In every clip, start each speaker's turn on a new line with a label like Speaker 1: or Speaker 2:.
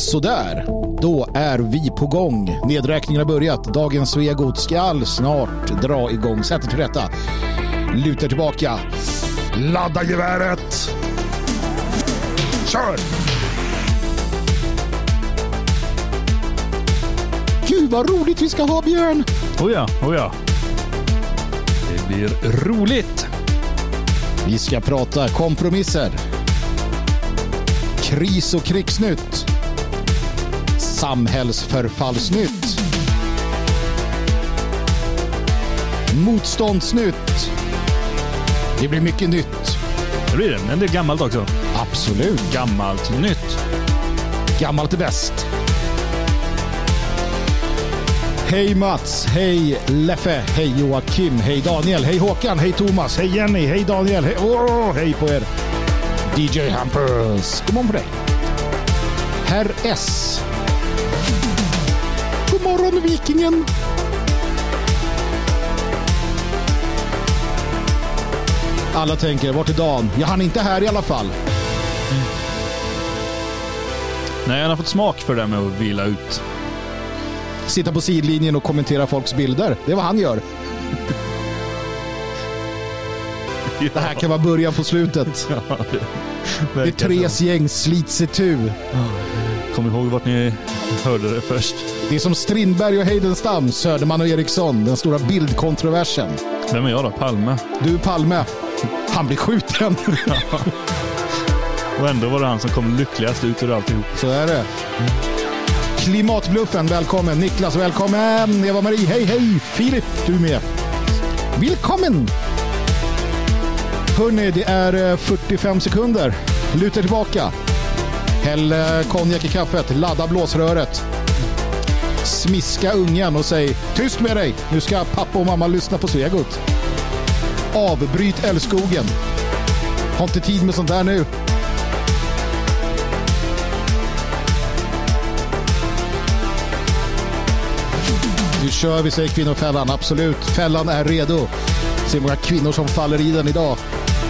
Speaker 1: Så där, då är vi på gång. Nedräkningen har börjat. Dagens Svegot ska snart dra igång. Sätt er till rätta. Luta tillbaka. Ladda geväret. Kör! Gud vad roligt vi ska ha, Björn.
Speaker 2: Oh ja. Det blir roligt.
Speaker 1: Vi ska prata kompromisser. Kris- och krigsnytt. Samhällsförfallsnytt. Motståndsnytt. Det blir mycket nytt.
Speaker 2: Det blir det, men det är gammalt också.
Speaker 1: Absolut.
Speaker 2: Gammalt nytt.
Speaker 1: Gammalt är bäst. Hej Mats, hej Leffe, hej Joakim, hej Daniel, hej Håkan, hej Thomas, hej Jenny, hej Daniel, hej på er. DJ Hampus. God morgon på dig. Herr S. God morgon Vikingen. Alla tänker, vart är Dan? Jag hann inte här i alla fall.
Speaker 2: Nej, jag har fått smak för det med att vila ut.
Speaker 1: Sitta på sidlinjen och kommentera folks bilder. Det är vad han gör. Ja. Det här kan vara början på slutet. Ja, det är Tres gäng slits itu.
Speaker 2: Kom ihåg vart ni hörde det först.
Speaker 1: Det är som Strindberg och Heidenstam, Söderman och Eriksson. Den stora bildkontroversen.
Speaker 2: Vem är jag då? Palme?
Speaker 1: Du är Palme. Han blir skjuten.
Speaker 2: Ja. Och ändå var det han som kom lyckligast ut ur alltihop.
Speaker 1: Så är det. Klimatbluffen, välkommen. Niklas, välkommen. Eva-Marie, hej. Filip, du är med. Välkommen. Hörrni, det är 45 sekunder. Luta tillbaka. Häll konjak i kaffet. Ladda blåsröret. Smiska ungen och säg tyst med dig. Nu ska pappa och mamma lyssna på Svegot. Avbryt älskogen. Har inte tid med sånt där nu. Nu kör vi, säger kvinnofällan. Absolut. Fällan är redo. Se många kvinnor som faller i den idag.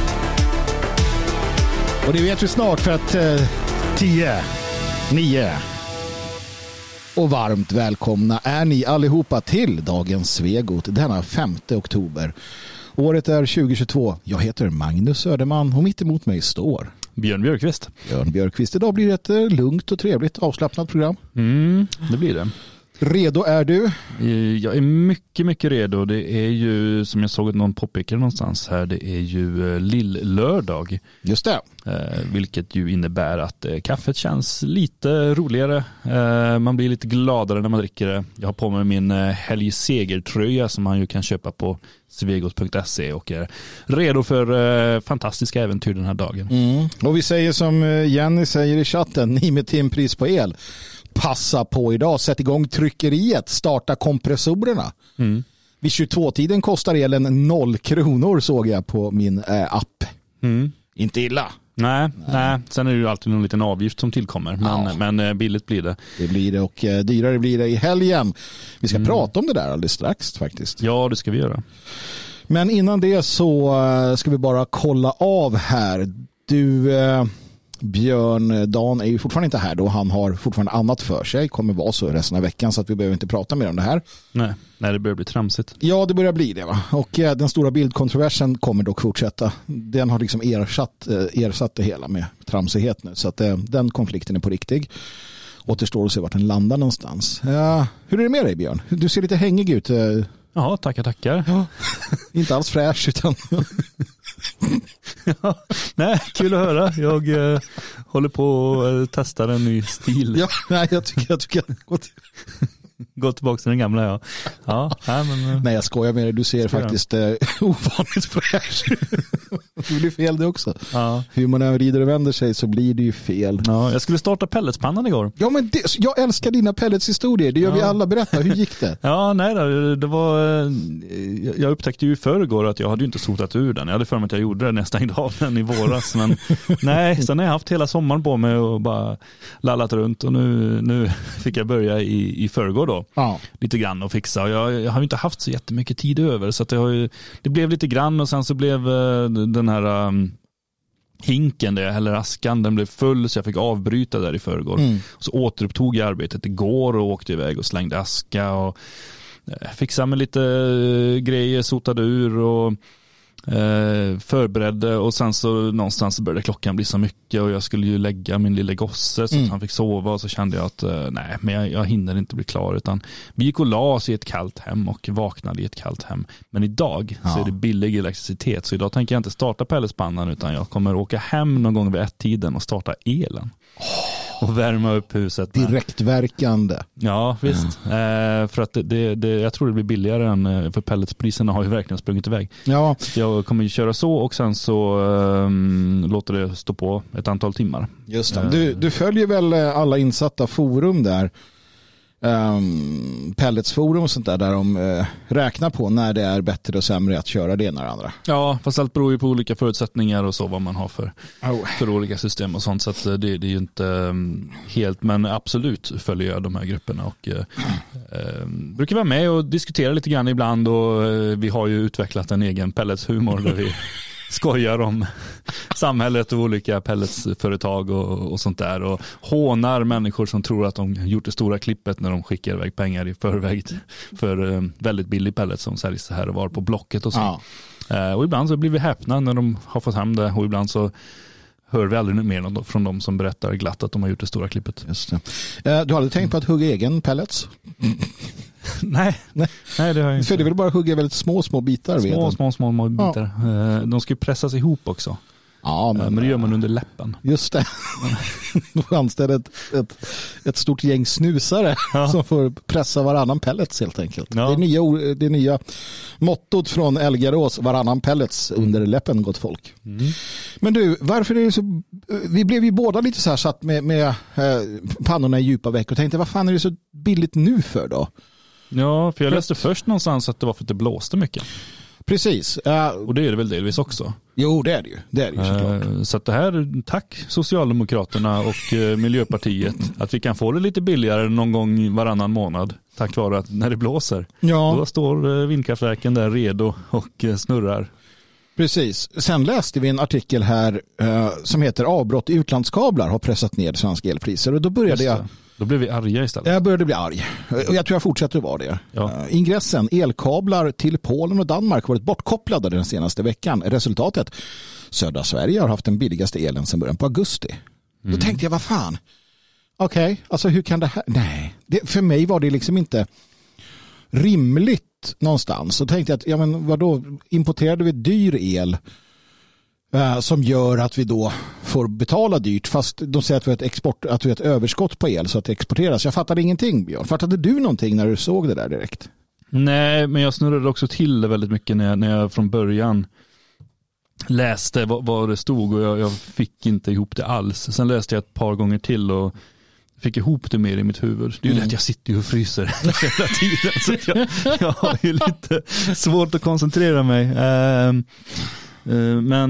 Speaker 1: Och det vet vi snart för att 10, 9 och varmt välkomna är ni allihopa till dagens Svegot denna 5 oktober. Året är 2022. Jag heter Magnus Söderman och mitt emot mig står
Speaker 2: Björn Björkqvist.
Speaker 1: Björn Björkqvist. Idag blir det ett lugnt och trevligt avslappnat program.
Speaker 2: Det blir det.
Speaker 1: Redo är du?
Speaker 2: Jag är mycket, mycket redo. Det är ju, som jag såg någon påpekade någonstans här, det är ju lill-lördag.
Speaker 1: Just det.
Speaker 2: Vilket ju innebär att kaffet känns lite roligare. Man blir lite gladare när man dricker det. Jag har på mig min helgsegertröja som man ju kan köpa på svegot.se och är redo för fantastiska äventyr den här dagen.
Speaker 1: Och vi säger som Jenny säger i chatten, ni med timpris på el. Passa på idag, sätt igång tryckeriet, starta kompressorerna. Vid 22-tiden kostar elen 0 kronor såg jag på min app. Inte illa.
Speaker 2: Nej. Sen är det ju alltid någon liten avgift som tillkommer. Men billigt blir det.
Speaker 1: Det blir det och dyrare blir det i helgen. Vi ska prata om det där alldeles strax faktiskt.
Speaker 2: Ja, det ska vi göra.
Speaker 1: Men innan det så ska vi bara kolla av här. Du... Björn, Dan är ju fortfarande inte här då. Han har fortfarande annat för sig. Kommer vara så resten av veckan så att vi behöver inte prata mer om det här.
Speaker 2: Nej, det börjar bli tramsigt.
Speaker 1: Ja, det börjar bli det va. Och den stora bildkontroversen kommer dock fortsätta. Den har liksom ersatt det hela med tramsighet nu. Så att den konflikten är på riktigt. Återstår att se vart den landar någonstans. Hur är det med dig Björn? Du ser lite hängig ut.
Speaker 2: Ja, tackar.
Speaker 1: Ja, inte alls fräsch utan...
Speaker 2: Ja, nej, kul att höra. Jag håller på att testa en ny stil.
Speaker 1: Ja, nej, jag tycker
Speaker 2: gå tillbaka till den gamla, men...
Speaker 1: Nej, jag skojar med dig. Du ser faktiskt ovanligt fräsch. Det blir fel det också. Ja. Hur man än rider och vänder sig så blir det ju fel.
Speaker 2: Ja, jag skulle starta pelletspannan igår.
Speaker 1: Ja, men jag älskar dina pelletshistorier. Det gör vi alla. Berätta, hur gick det?
Speaker 2: Ja, nej då, det var... Jag upptäckte ju förrgår att jag hade ju inte sotat ur den. Jag hade för mig att jag gjorde det nästan idag, den i våras. Men nej, sen har jag haft hela sommaren på mig och bara lallat runt. Och nu fick jag börja i förrgår då. Ja. Lite grann och fixa. Och jag har ju inte haft så jättemycket tid över. Så att det blev lite grann och sen så blev den här hinken där jag häller askan, den blev full så jag fick avbryta där i förrgår. Så återupptog jag arbetet igår och åkte iväg och slängde aska och fixade med lite grejer, sotade ur och förberedde, och sen så någonstans började klockan bli så mycket och jag skulle ju lägga min lilla gosse så att han fick sova, och så kände jag att nej, men jag hinner inte bli klar, utan vi gick och la oss i ett kallt hem och vaknade i ett kallt hem. Men idag så är det billig elektricitet, så idag tänker jag inte starta pelletspannan, utan jag kommer åka hem någon gång vid 1-tiden och starta elen. Och värma upp huset.
Speaker 1: Direktverkande.
Speaker 2: Ja, visst. För att jag tror det blir billigare än, för pelletspriserna har ju verkligen sprungit iväg.
Speaker 1: Ja.
Speaker 2: Så jag kommer ju köra så, och sen så låter det stå på ett antal timmar.
Speaker 1: Just det. Du följer väl alla insatta forum där? Pelletsforum och sånt där de räknar på när det är bättre och sämre att köra det ena eller andra.
Speaker 2: Ja, fast allt beror ju på olika förutsättningar och så, vad man har för olika system och sånt, så att det är ju inte helt, men absolut följer jag de här grupperna och brukar vara med och diskutera lite grann ibland, och vi har ju utvecklat en egen pelletshumor där vi skojar om samhället och olika pelletsföretag och sånt där, och hånar människor som tror att de gjort det stora klippet när de skickar iväg pengar i förväg för väldigt billig pellet som säljs så här och var på Blocket och så. Och ibland så blir vi häpna när de har fått hem det, och ibland så hör vi aldrig mer från dem som berättar glatt att de har gjort det stora klippet. Just
Speaker 1: det. Du hade tänkt på att hugga egen pellets?
Speaker 2: Nej, det har jag inte.
Speaker 1: För det är väl bara att hugga väldigt små bitar?
Speaker 2: Små bitar. Ja. De ska ju pressas ihop också. Ja, men det gör man under läppen. Just det.
Speaker 1: Du anställer ett stort gäng snusare som får pressa varannan pellets helt enkelt. Ja. Det nya mottot från Elgarås, varannan pellets under läppen, gott folk. Men du, varför är det så... Vi blev ju båda lite så här satt med pannorna i djupa veck och tänkte, vad fan är det så billigt nu för då?
Speaker 2: Ja, för jag läste först någonstans att det var för att det blåste mycket.
Speaker 1: Precis.
Speaker 2: Och det är det väl delvis också.
Speaker 1: Jo, det är det ju. Såklart.
Speaker 2: Så att det här, tack Socialdemokraterna och Miljöpartiet, att vi kan få det lite billigare någon gång varannan månad, tack vare att när det blåser, då står vindkraftverken där redo och snurrar.
Speaker 1: Precis. Sen läste vi en artikel här som heter Avbrott i utlandskablar har pressat ner svenska elpriser, och då började jag...
Speaker 2: Då blev vi arga istället.
Speaker 1: Jag började bli arg. Och jag tror jag fortsätter att vara det. Ja. Ingressen, elkablar till Polen och Danmark har varit bortkopplade den senaste veckan. Resultatet, södra Sverige har haft den billigaste elen sedan början på augusti. Då tänkte jag, vad fan? Okej, alltså hur kan det här... Nej, för mig var det liksom inte rimligt någonstans. Så tänkte jag att, ja men vadå, importerade vi dyr el som gör att vi då får betala dyrt, fast de säger att vi har ett överskott på el så att det exporteras. Jag fattade ingenting, Björn. Fattade du någonting när du såg det där direkt?
Speaker 2: Nej, men jag snurrade också till det väldigt mycket när jag från början läste vad det stod, och jag fick inte ihop det alls. Sen läste jag ett par gånger till och fick ihop det mer i mitt huvud. Det är ju det att jag sitter ju och fryser hela tiden, så jag har ju lite svårt att koncentrera mig. Men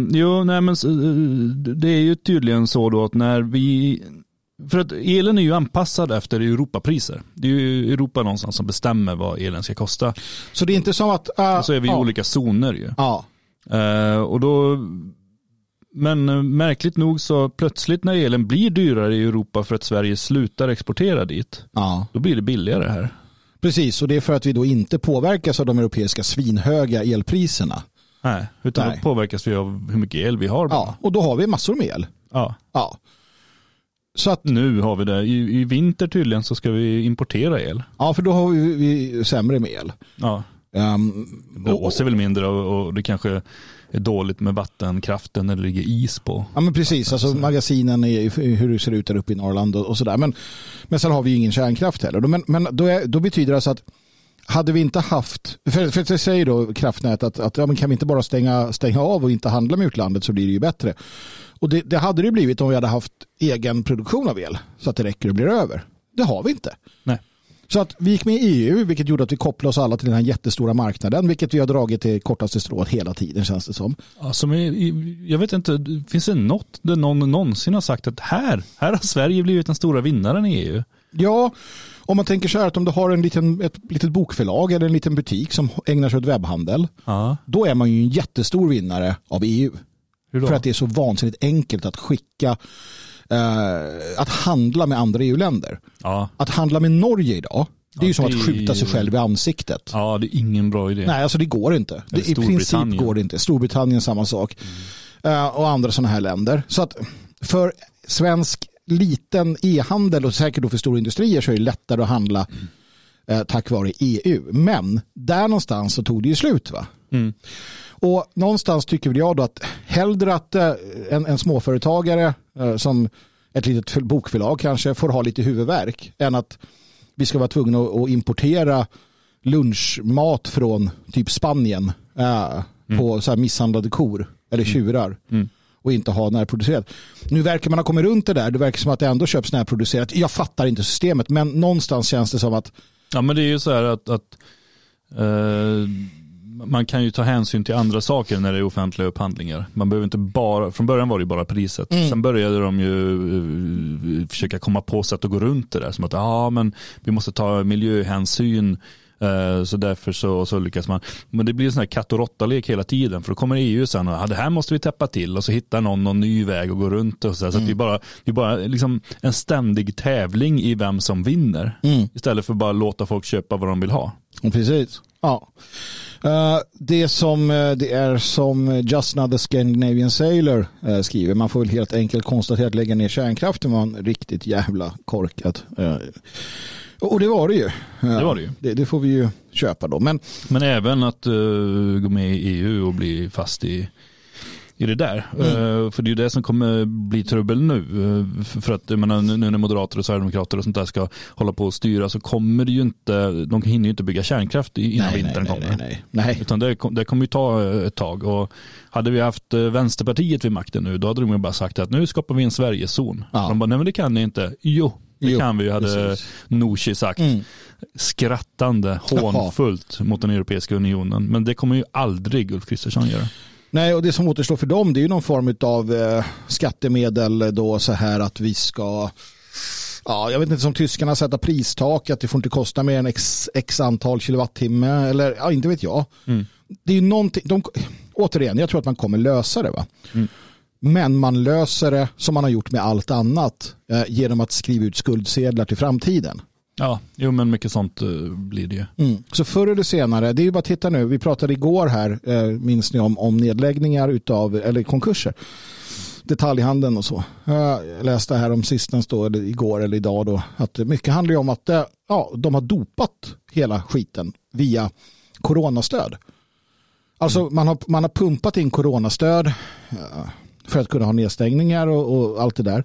Speaker 2: det är ju tydligen så då att när vi, för att elen är ju anpassad efter Europapriser. Det är ju Europa någonstans som bestämmer vad elen ska kosta.
Speaker 1: Så det är inte som att...
Speaker 2: och så är vi i olika zoner ju. Och då, men märkligt nog så plötsligt när elen blir dyrare i Europa för att Sverige slutar exportera dit, då blir det billigare här.
Speaker 1: Precis, och det är för att vi då inte påverkas av de europeiska svinhöga elpriserna.
Speaker 2: Nej, utan då påverkas vi av hur mycket el vi har.
Speaker 1: Ja, och då har vi massor med el.
Speaker 2: Ja.
Speaker 1: Så att,
Speaker 2: nu har vi det. I vinter tydligen så ska vi importera el.
Speaker 1: Ja, för då har vi sämre med el.
Speaker 2: Ja. Det blåser väl mindre och det kanske är dåligt med vattenkraften när det ligger is på. Ja, men precis. Alltså magasinen är hur det ser ut där uppe i Norrland och sådär. Men sen har vi ju ingen kärnkraft heller. Men då betyder det alltså att hade vi inte haft, för det säger då kraftnät att men kan vi inte bara stänga av och inte handla med utlandet så blir det ju bättre. Och det hade det blivit om vi hade haft egen produktion av el så att det räcker och blir över. Det har vi inte. Nej.
Speaker 1: Så att vi gick med i EU, vilket gjorde att vi kopplade oss alla till den här jättestora marknaden, vilket vi har dragit till kortaste strået hela tiden, känns det som.
Speaker 2: Alltså, jag vet inte, finns det något där någon någonsin har sagt att här har Sverige blivit den stora vinnaren i EU?
Speaker 1: Ja, om man tänker så här att om du har ett litet bokförlag eller en liten butik som ägnar sig åt webbhandel, då är man ju en jättestor vinnare av EU. För att det är så vansinnigt enkelt att skicka att handla med andra EU-länder.
Speaker 2: Ja.
Speaker 1: Att handla med Norge idag, det är ju som att skjuta sig själv i ansiktet.
Speaker 2: Ja, det är ingen bra idé.
Speaker 1: Nej, alltså det går inte. I princip går det inte. Storbritannien samma sak. Och andra sådana här länder. Så att för svensk liten e-handel och säkert då för stora industrier så är det lättare att handla tack vare EU. Men där någonstans så tog det ju slut, va? Och någonstans tycker jag då att hellre att en småföretagare som ett litet bokförlag kanske får ha lite huvudvärk än att vi ska vara tvungna att importera lunchmat från typ Spanien på så här misshandlade kor eller tjurar och inte ha närproducerat. Nu verkar man ha kommit runt det där. Det verkar som att det ändå köps närproducerat. Jag fattar inte systemet, men någonstans känns det som att...
Speaker 2: Ja, men det är ju så här att man kan ju ta hänsyn till andra saker när det är offentliga upphandlingar. Man behöver inte bara, från början var det bara priset. Sen började de ju försöka komma på sätt att gå runt det där. Som att men vi måste ta miljöhänsyn. Så därför så lyckas man. Men det blir en sån här katt- och råttalek hela tiden. För då kommer EU sen och det här måste vi täppa till. Och så hittar någon ny väg att gå runt. Och så att det är bara liksom en ständig tävling i vem som vinner. Istället för bara låta folk köpa vad de vill ha.
Speaker 1: Precis. Ja. Det är som Just Another Scandinavian Sailor skriver. Man får väl helt enkelt konstatera att lägga ner kärnkraften var en riktigt jävla korkat. Och det var det ju.
Speaker 2: Det var det ju.
Speaker 1: Det får vi ju köpa då. Men även
Speaker 2: att gå med i EU och bli fast i det där. För det är ju det som kommer bli trubbel nu. För att jag menar, nu när moderater och sverigedemokrater och sånt där ska hålla på och styra så kommer det ju inte, de hinner ju inte bygga kärnkraft innan vintern kommer. Nej. Utan det kommer ju ta ett tag. Och hade vi haft Vänsterpartiet vid makten nu, då hade de ju bara sagt att nu skapar vi en Sverigezon. Ja. De bara, nej men det kan ni inte. Jo, kan vi, hade Nooshi sagt. Skrattande, hånfullt mot den Europeiska unionen. Men det kommer ju aldrig Ulf Kristersson göra.
Speaker 1: Nej, och det som återstår för dem det är ju någon form av skattemedel då så här att vi ska jag vet inte, som tyskarna sätta pristak att det får inte kosta mer än x antal kilowattimme eller inte vet jag. Det är ju någonting, återigen, jag tror att man kommer lösa det, va? Men man löser det som man har gjort med allt annat genom att skriva ut skuldsedlar till framtiden.
Speaker 2: Ja, men mycket sånt blir det ju.
Speaker 1: Så förr eller senare, det är ju bara att titta nu, vi pratade igår här, minns ni om nedläggningar eller konkurser. Detaljhandeln och så. Jag läste här om sistens då, eller igår eller idag då, att mycket handlar ju om att de har dopat hela skiten via coronastöd. Alltså man har pumpat in coronastöd för att kunna ha nedstängningar och allt det där.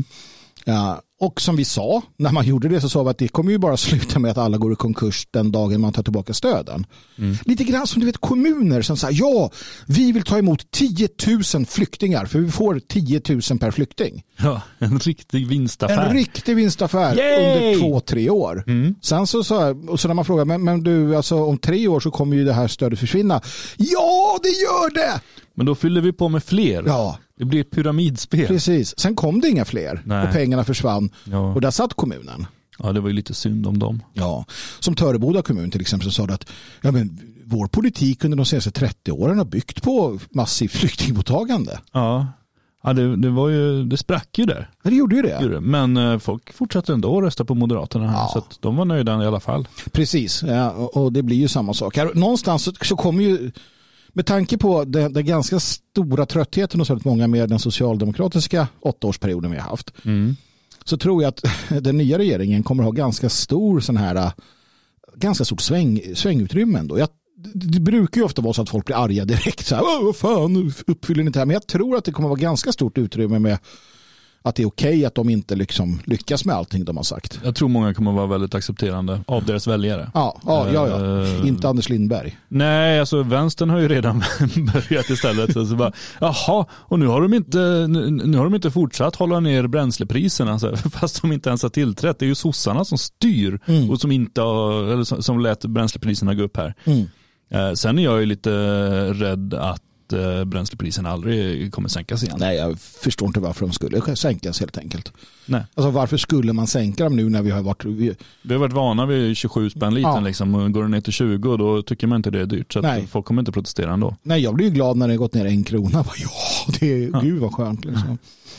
Speaker 1: Ja, och som vi sa, när man gjorde det så sa vi att det kommer ju bara sluta med att alla går i konkurs den dagen man tar tillbaka stöden. Lite grann som du vet kommuner som säger vi vill ta emot 10 000 flyktingar för vi får 10 000 per flykting.
Speaker 2: Ja, en riktig vinstaffär.
Speaker 1: En riktig vinstaffär. Yay! Under 2-3 år. Sen så när man frågar, men du, alltså om 3 år så kommer ju det här stödet försvinna. Ja, det gör det!
Speaker 2: Men då fyller vi på med fler.
Speaker 1: Ja.
Speaker 2: Det blir ett pyramidspel.
Speaker 1: Precis. Sen kom det inga fler. Nej. Och pengarna försvann. Ja. Och där satt kommunen.
Speaker 2: Ja, det var ju lite synd om dem.
Speaker 1: Ja. Som Töreboda kommun till exempel så sa det att vår politik under de senaste 30 åren har byggt på massivt flyktingmottagande.
Speaker 2: Ja. Ja, det sprack ju där.
Speaker 1: Ja, det gjorde ju det.
Speaker 2: Men folk fortsatte ändå att rösta på Moderaterna här, så att de var nöjda i alla fall.
Speaker 1: Precis, ja, och det blir ju samma sak. Här, någonstans så kommer ju, med tanke på den ganska stora tröttheten hos väldigt många med den socialdemokratiska 8-årsperioden vi har haft, så tror jag att den nya regeringen kommer att ha ganska stort svängutrymme ändå. Det brukar ju ofta vara så att folk blir arga direkt. Så här, vad fan, uppfyller ni inte här? Men jag tror att det kommer att vara ganska stort utrymme med att det är okej att de inte liksom lyckas med allting de har sagt.
Speaker 2: Jag tror många kommer att vara väldigt accepterande av deras väljare.
Speaker 1: Ja. Inte Anders Lindberg.
Speaker 2: Nej, alltså vänstern har ju redan börjat istället. Så bara, jaha, och nu har de inte fortsatt hålla ner bränslepriserna, alltså, fast de inte ens har tillträtt. Det är ju sossarna som styr och som lät bränslepriserna gå upp här. Sen är jag ju lite rädd att bränslepriserna aldrig kommer sänkas igen.
Speaker 1: Nej, jag förstår inte varför de skulle sänkas helt enkelt.
Speaker 2: Nej.
Speaker 1: Alltså varför skulle man sänka dem nu när vi har varit...
Speaker 2: Vi har varit vana vid 27 spänn liten liksom, och går det ner till 20 och då tycker man inte det är dyrt. Så att folk kommer inte protestera ändå.
Speaker 1: Nej, jag blir ju glad när det har gått ner 1 krona. Gud vad skönt liksom.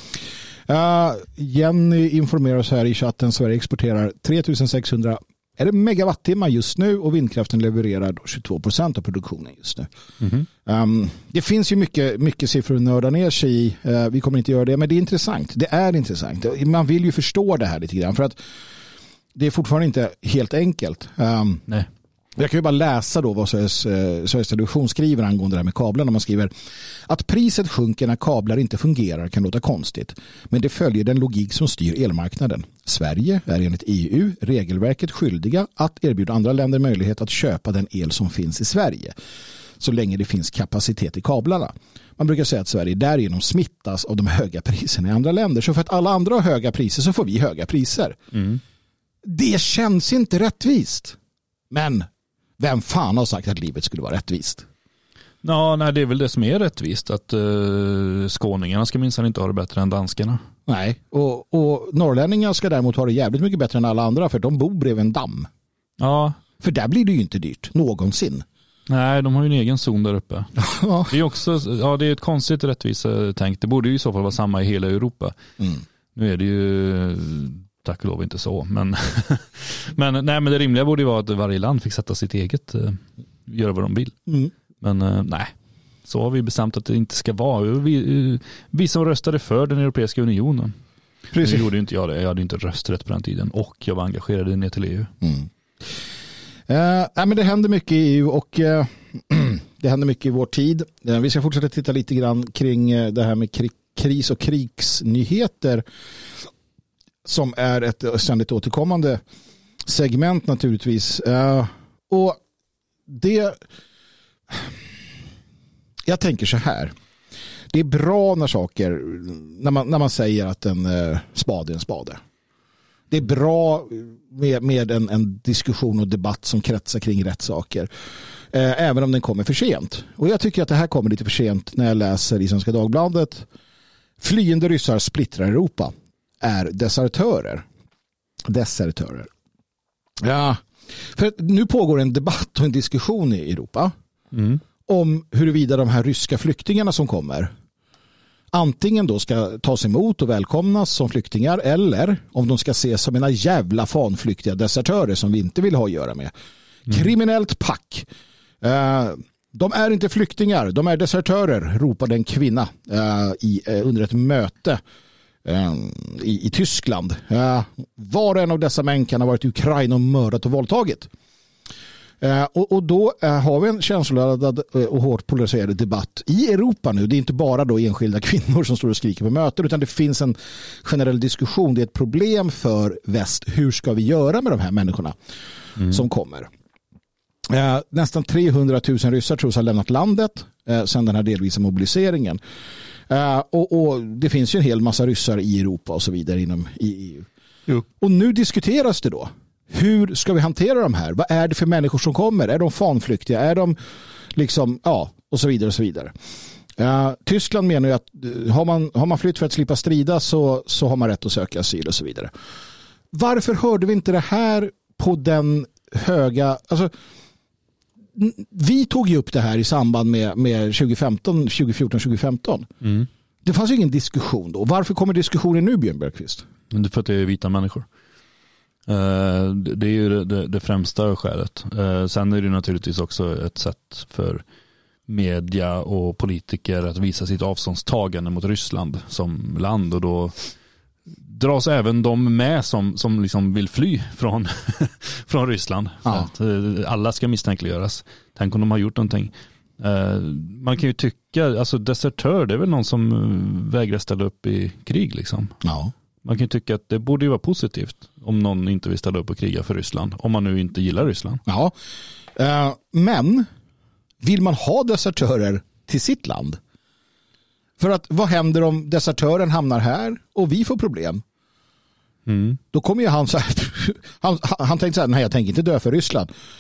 Speaker 1: Jenny informerar oss här i chatten. Sverige exporterar 3600 megawattimmar just nu och vindkraften levererar 22% av produktionen just nu. Det finns ju mycket siffror att nörda ner sig i. Vi kommer inte göra det, men det är intressant. Det är intressant. Man vill ju förstå det här lite grann för att det är fortfarande inte helt enkelt.
Speaker 2: Nej.
Speaker 1: Jag kan ju bara läsa då vad Sveriges Television skriver angående det här med kablarna. Man skriver att priset sjunker när kablar inte fungerar kan låta konstigt. Men det följer den logik som styr elmarknaden. Sverige är enligt EU-regelverket skyldiga att erbjuda andra länder möjlighet att köpa den el som finns i Sverige. Så länge det finns kapacitet i kablarna. Man brukar säga att Sverige därigenom smittas av de höga priserna i andra länder. Så för att alla andra har höga priser så får vi höga priser. Det känns inte rättvist. Men vem fan har sagt att livet skulle vara rättvist?
Speaker 2: Ja, nej, det är väl det som är rättvist. Att skåningarna ska minst inte ha det bättre än danskarna.
Speaker 1: Nej, och norrlänningar ska däremot ha det jävligt mycket bättre än alla andra för de bor bredvid en damm.
Speaker 2: Ja.
Speaker 1: För där blir det ju inte dyrt, någonsin.
Speaker 2: Nej, de har ju en egen zon där uppe. Det är också, det är ett konstigt rättvisetänk. Det borde ju i så fall vara samma i hela Europa. Nu är det ju... Tack och lov inte så. Men, men det rimliga borde ju vara att varje land fick sätta sitt eget, göra vad de vill. Men nej, så har vi bestämt att det inte ska vara. Vi som röstade för den Europeiska unionen. Precis. Nu gjorde inte jag det. Jag hade inte rösträtt på den tiden. Och jag var engagerad ner till EU.
Speaker 1: Men det händer mycket i EU och det händer mycket i vår tid. Vi ska fortsätta titta lite grann kring det här med kris- och krigsnyheter. Som är ett ständigt återkommande segment naturligtvis. Och det... Jag tänker så här. Det är bra när saker... När man säger att en spade är en spade. Det är bra med en diskussion och debatt som kretsar kring rätt saker. Även om den kommer för sent. Och jag tycker att det här kommer lite för sent när jag läser i Svenska Dagbladet. Flyende ryssar splittrar Europa. Är desertörer. Ja, för nu pågår en debatt och en diskussion i Europa om huruvida de här ryska flyktingarna som kommer antingen då ska tas emot och välkomnas som flyktingar eller om de ska ses som en jävla fanflyktiga desertörer som vi inte vill ha att göra med. Kriminellt pack. De är inte flyktingar, de är desertörer, ropade en kvinna under ett möte i Tyskland. Var och en av dessa män kan ha varit i Ukraina och mördat och våldtagit. Och då har vi en känsloladdad och hårt polariserad debatt i Europa nu. Det är inte bara då enskilda kvinnor som står och skriker på möten utan det finns en generell diskussion. Det är ett problem för väst. Hur ska vi göra med de här människorna som kommer? Nästan 300 000 ryssar tror jag har lämnat landet sedan den här delvisa mobiliseringen. Och det finns ju en hel massa ryssar i Europa och så vidare inom EU. Jo. Och nu diskuteras det då. Hur ska vi hantera de här? Vad är det för människor som kommer? Är de fanflyktiga? Är de liksom, och så vidare och så vidare. Tyskland menar ju att har man flytt för att slippa strida så har man rätt att söka asyl och så vidare. Varför hörde vi inte det här på den höga... Alltså, vi tog ju upp det här i samband med 2014-2015. Det fanns ju ingen diskussion då. Varför kommer diskussionen nu, Björn Bergqvist?
Speaker 2: Det är för att det är vita människor. Det är ju det främsta skälet. Sen är det naturligtvis också ett sätt för media och politiker att visa sitt avståndstagande mot Ryssland som land och då dras även de med som liksom vill fly från Ryssland. Ja. Så att alla ska misstänkliggöras. Tänk om de har gjort någonting. Man kan ju tycka, alltså desertör, det är väl någon som vägrar ställa upp i krig liksom. Ja. Man kan ju tycka att det borde ju vara positivt om någon inte vill ställa upp och kriga för Ryssland. Om man nu inte gillar Ryssland. Ja,
Speaker 1: men vill man ha desertörer till sitt land? För att vad händer om desertören hamnar här och vi får problem? Då kommer ju han så här, han tänkte så här, nej jag tänker inte dö för Ryssland.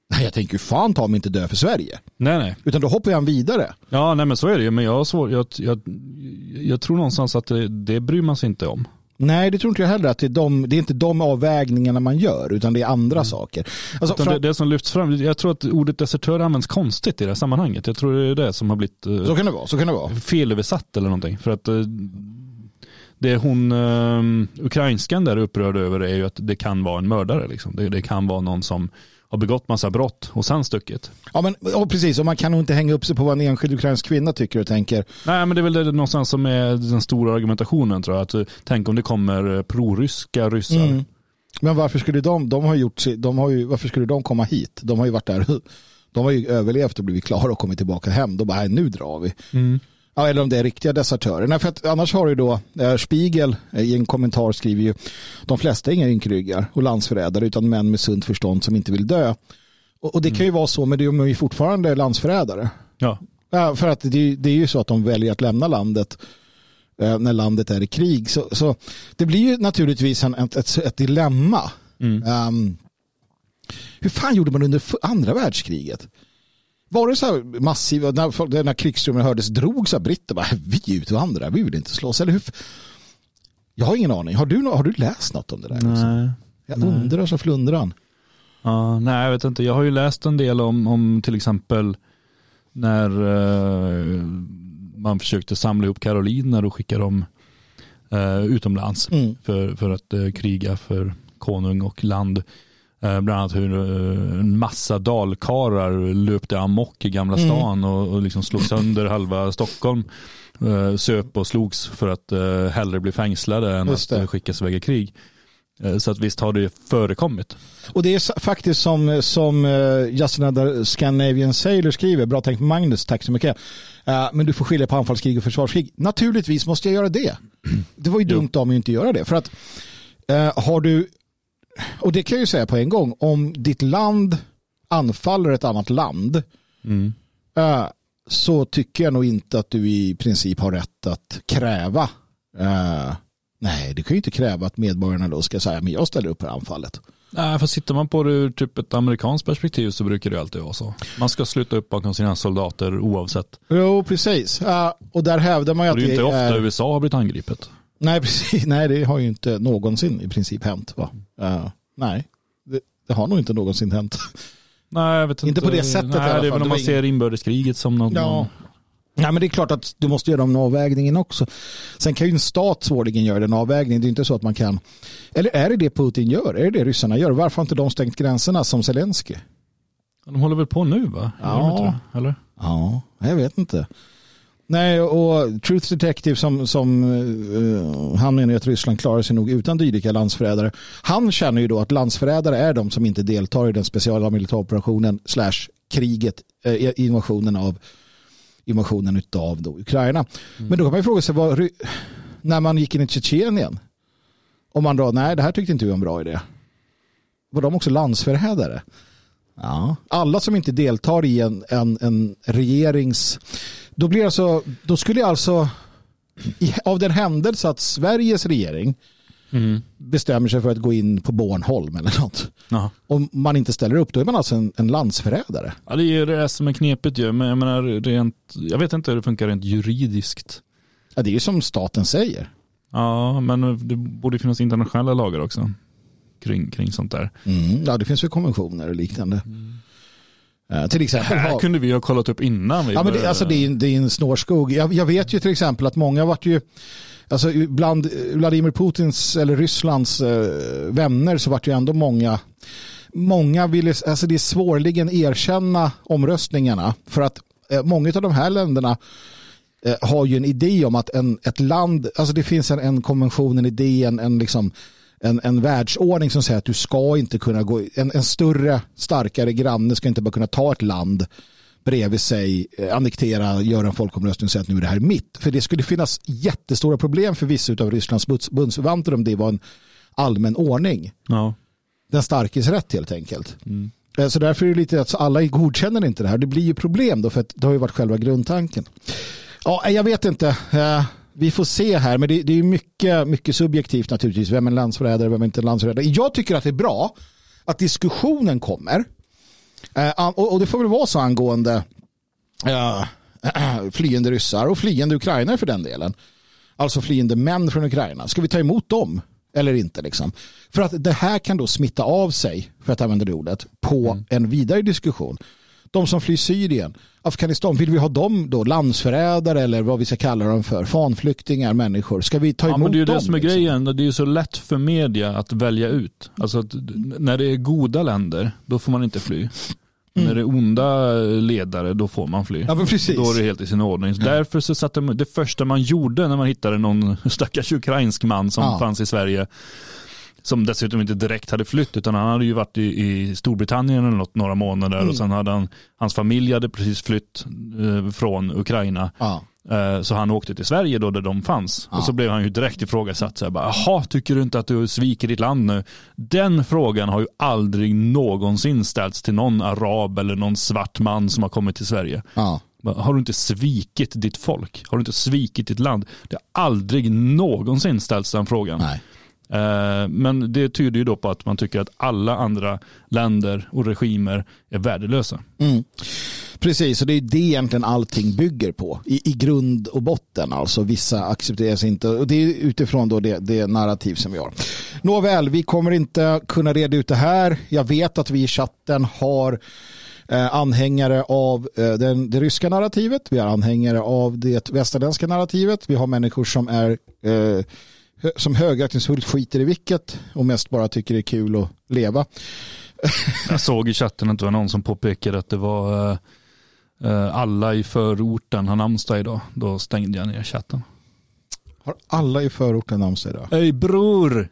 Speaker 1: Nej, jag tänker fan ta mig inte dö för Sverige.
Speaker 2: Nej.
Speaker 1: Utan då hoppar han vidare.
Speaker 2: Ja, nej men så är det ju. Men jag tror någonstans att det bryr man sig inte om.
Speaker 1: Nej, det tror inte jag heller. Att det är inte de avvägningarna man gör, utan det är andra saker. Alltså,
Speaker 2: det som lyfts fram, jag tror att ordet desertör används konstigt i det här sammanhanget. Jag tror det är det som har blivit
Speaker 1: så kan det vara.
Speaker 2: Felöversatt eller någonting. För att det hon ukrainskan där upprörd över är ju att det kan vara en mördare. Liksom. Det kan vara någon som har begått massa brott och sen stuckit.
Speaker 1: Ja, precis. Och man kan nog inte hänga upp sig på vad en enskild ukrainsk kvinna tycker och tänker.
Speaker 2: Nej, men det är väl det någonstans som är den stora argumentationen, tror jag. Att tänk om det kommer proryska ryssar. Mm.
Speaker 1: Men varför skulle varför skulle de komma hit? De har ju varit där. De har ju överlevt och blivit klara och kommit tillbaka hem. Då bara, nu drar vi. Mm. Ja, eller om det är riktiga desertörer. Nej, för att annars har du då Spiegel i en kommentar skriver ju de flesta är inga ynkryggar och landsförrädare utan män med sunt förstånd som inte vill dö. Och det kan ju vara så, men de är ju fortfarande landsförrädare. Ja. För att det är ju så att de väljer att lämna landet när landet är i krig. Så det blir ju naturligtvis ett dilemma. Hur fan gjorde man under andra världskriget? Var det så här massiva, när krigsströmmen hördes, drog så britter bara, vi utvandrar, vi vill inte slåss, eller hur? Jag har ingen aning. Har du läst något om det där?
Speaker 2: Nej.
Speaker 1: Jag undrar så flundran.
Speaker 2: Ja, nej, jag vet inte. Jag har ju läst en del om till exempel när man försökte samla ihop karoliner och skicka dem utomlands för att kriga för konung och land. Bland annat hur en massa dalkarar löpte amok i Gamla stan och liksom slog sönder halva Stockholm, söp och slogs för att hellre bli fängslade än att skickas iväg i krig. Så att visst har det förekommit.
Speaker 1: Och det är faktiskt som Just Another Scandinavian Sailor skriver, bra tänkt Magnus, tack så mycket. Men du får skilja på anfallskrig och försvarskrig. Naturligtvis måste jag göra det. Det var ju dumt av mig att inte göra det. För att har du, och det kan jag ju säga på en gång, om ditt land anfaller ett annat land så tycker jag nog inte att du i princip har rätt att kräva nej, du kan ju inte kräva att medborgarna då ska säga men jag ställer upp på anfallet.
Speaker 2: Nej, för sitter man på det ur typ ett amerikanskt perspektiv så brukar det alltid vara så. Man ska sluta upp bakom sina soldater oavsett.
Speaker 1: Jo, precis. Och där hävdar man ju att
Speaker 2: det är inte ofta USA har blivit angripet.
Speaker 1: Nej, precis. Nej, det har ju inte någonsin i princip hänt. Va? Nej, det har nog inte någonsin hänt.
Speaker 2: Nej, jag vet inte.
Speaker 1: Inte på det sättet i alla fall.
Speaker 2: Det är väl om man ser inbördeskriget som någon...
Speaker 1: Ja. Nej, men det är klart att du måste göra den avvägningen också. Sen kan ju en stat svårligen göra den avvägningen. Det är inte så att man kan... Eller är det Putin gör? Är det ryssarna gör? Varför har inte de stängt gränserna som Zelensky?
Speaker 2: De håller väl på nu, va?
Speaker 1: Ja.
Speaker 2: Eller?
Speaker 1: Ja, jag vet inte. Nej, och Truth Detective som han menar att Ryssland klarar sig nog utan dylika landsförrädare. Han känner ju då att landsförrädare är de som inte deltar i den speciella militäroperationen / kriget, invasionen utav då Ukraina. Men då kan man ju fråga sig när man gick in i Tjetjenien, om man då, nej det här tyckte inte vi var en bra idé. Var de också landsförrädare? Ja. Alla som inte deltar i en regerings... Då skulle alltså av den händelse att Sveriges regering bestämmer sig för att gå in på Bornholm eller något. Aha. Om man inte ställer upp, då är man alltså en landsförrädare.
Speaker 2: Ja, det är det som är knepigt ju. Men jag menar, jag vet inte hur det funkar rent juridiskt.
Speaker 1: Ja, det är ju som staten säger.
Speaker 2: Ja, men det borde finnas internationella lagar också kring sånt där.
Speaker 1: Ja, det finns ju konventioner och liknande. Till exempel
Speaker 2: det här kunde vi ha kollat upp innan.
Speaker 1: Ja, men det är en snårskog. Jag vet ju till exempel att många varit ju, alltså bland Vladimir Putins eller Rysslands vänner så vart ju ändå många ville, alltså det är svårligen erkänna omröstningarna för att många av de här länderna har ju en idé om att ett land, alltså det finns en konvention, en idé, en världsordning som säger att du ska inte kunna gå, en större, starkare granne ska inte bara kunna ta ett land bredvid sig, annektera, göra en folkomröstning och säga att nu är det här mitt. För det skulle finnas jättestora problem för vissa av Rysslands bundsförvanter om det var en allmän ordning. Ja. Den starkes rätt helt enkelt. Så därför är det lite att alla godkänner inte det här. Det blir ju problem då, för att det har ju varit själva grundtanken. Ja, jag vet inte. Vi får se här, men det är mycket, mycket subjektivt naturligtvis. Vem är en landsförrädare, vem är inte en landsförrädare? Jag tycker att det är bra att diskussionen kommer. Och det får väl vara så angående flyende ryssar och flyende ukrainare för den delen. Alltså flyende män från Ukraina. Ska vi ta emot dem eller inte liksom? För att det här kan då smitta av sig, för att använda det ordet, på en vidare diskussion. De som flyr Syrien, Afghanistan, vill vi ha dem då landsförrädare eller vad vi ska kalla dem för, fanflyktingar, människor? Ska vi ta emot dem?
Speaker 2: Men det är ju
Speaker 1: dem,
Speaker 2: det som är
Speaker 1: liksom?
Speaker 2: grejen. Det är ju så lätt för media att välja ut. Alltså att när det är goda länder, då får man inte fly. När det är onda ledare, då får man fly.
Speaker 1: Ja, men precis.
Speaker 2: Då är det helt i sin ordning. Så därför så satte det första man gjorde när man hittade någon stackars ukrainsk man som fanns i Sverige, som dessutom inte direkt hade flytt, utan han hade ju varit i Storbritannien eller några månader och sen hade hans familj hade precis flytt från Ukraina. Så han åkte till Sverige då där de fanns. Och så blev han ju direkt ifrågasatt. Jaha, tycker du inte att du sviker ditt land nu? Den frågan har ju aldrig någonsin ställts till någon arab eller någon svart man som har kommit till Sverige. Har du inte svikit ditt folk? Har du inte svikit ditt land? Det har aldrig någonsin ställts den frågan.
Speaker 1: Nej.
Speaker 2: Men det tyder ju då på att man tycker att alla andra länder och regimer är värdelösa.
Speaker 1: Precis, och det är det egentligen allting bygger på. I grund och botten, alltså vissa accepteras inte. Och det är utifrån då det narrativ som vi har. Nåväl, vi kommer inte kunna reda ut det här. Jag vet att vi i chatten har anhängare av det ryska narrativet. Vi har anhängare av det västerländska narrativet. Vi har människor som är som högaktningsfullt skiter i vilket och mest bara tycker det är kul att leva.
Speaker 2: Jag såg i chatten att det var någon som påpekade att det var alla i förorten har namnsdag idag. Då stängde jag ner chatten.
Speaker 1: Har alla i förorten namnsdag idag?
Speaker 2: Hej bror!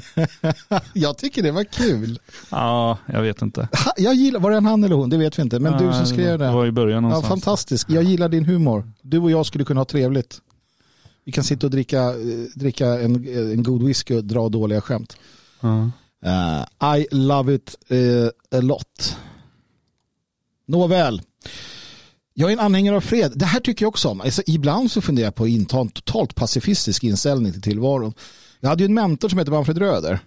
Speaker 1: Jag tycker det var kul.
Speaker 2: Ja, jag vet inte.
Speaker 1: Jag gillar, var det en han eller hon? Det vet vi inte. Men du som skrev det.
Speaker 2: Det var i början någonstans.
Speaker 1: Ja, fantastiskt. Jag gillar din humor. Du och jag skulle kunna ha trevligt. Vi kan sitta och dricka en god whisky och dra dåliga skämt. I love it a lot. Nåväl. Jag är en anhängare av fred. Det här tycker jag också om. Alltså, ibland så funderar jag på att inta en totalt pacifistisk inställning till tillvaron. Jag hade ju en mentor som heter Manfred Röder.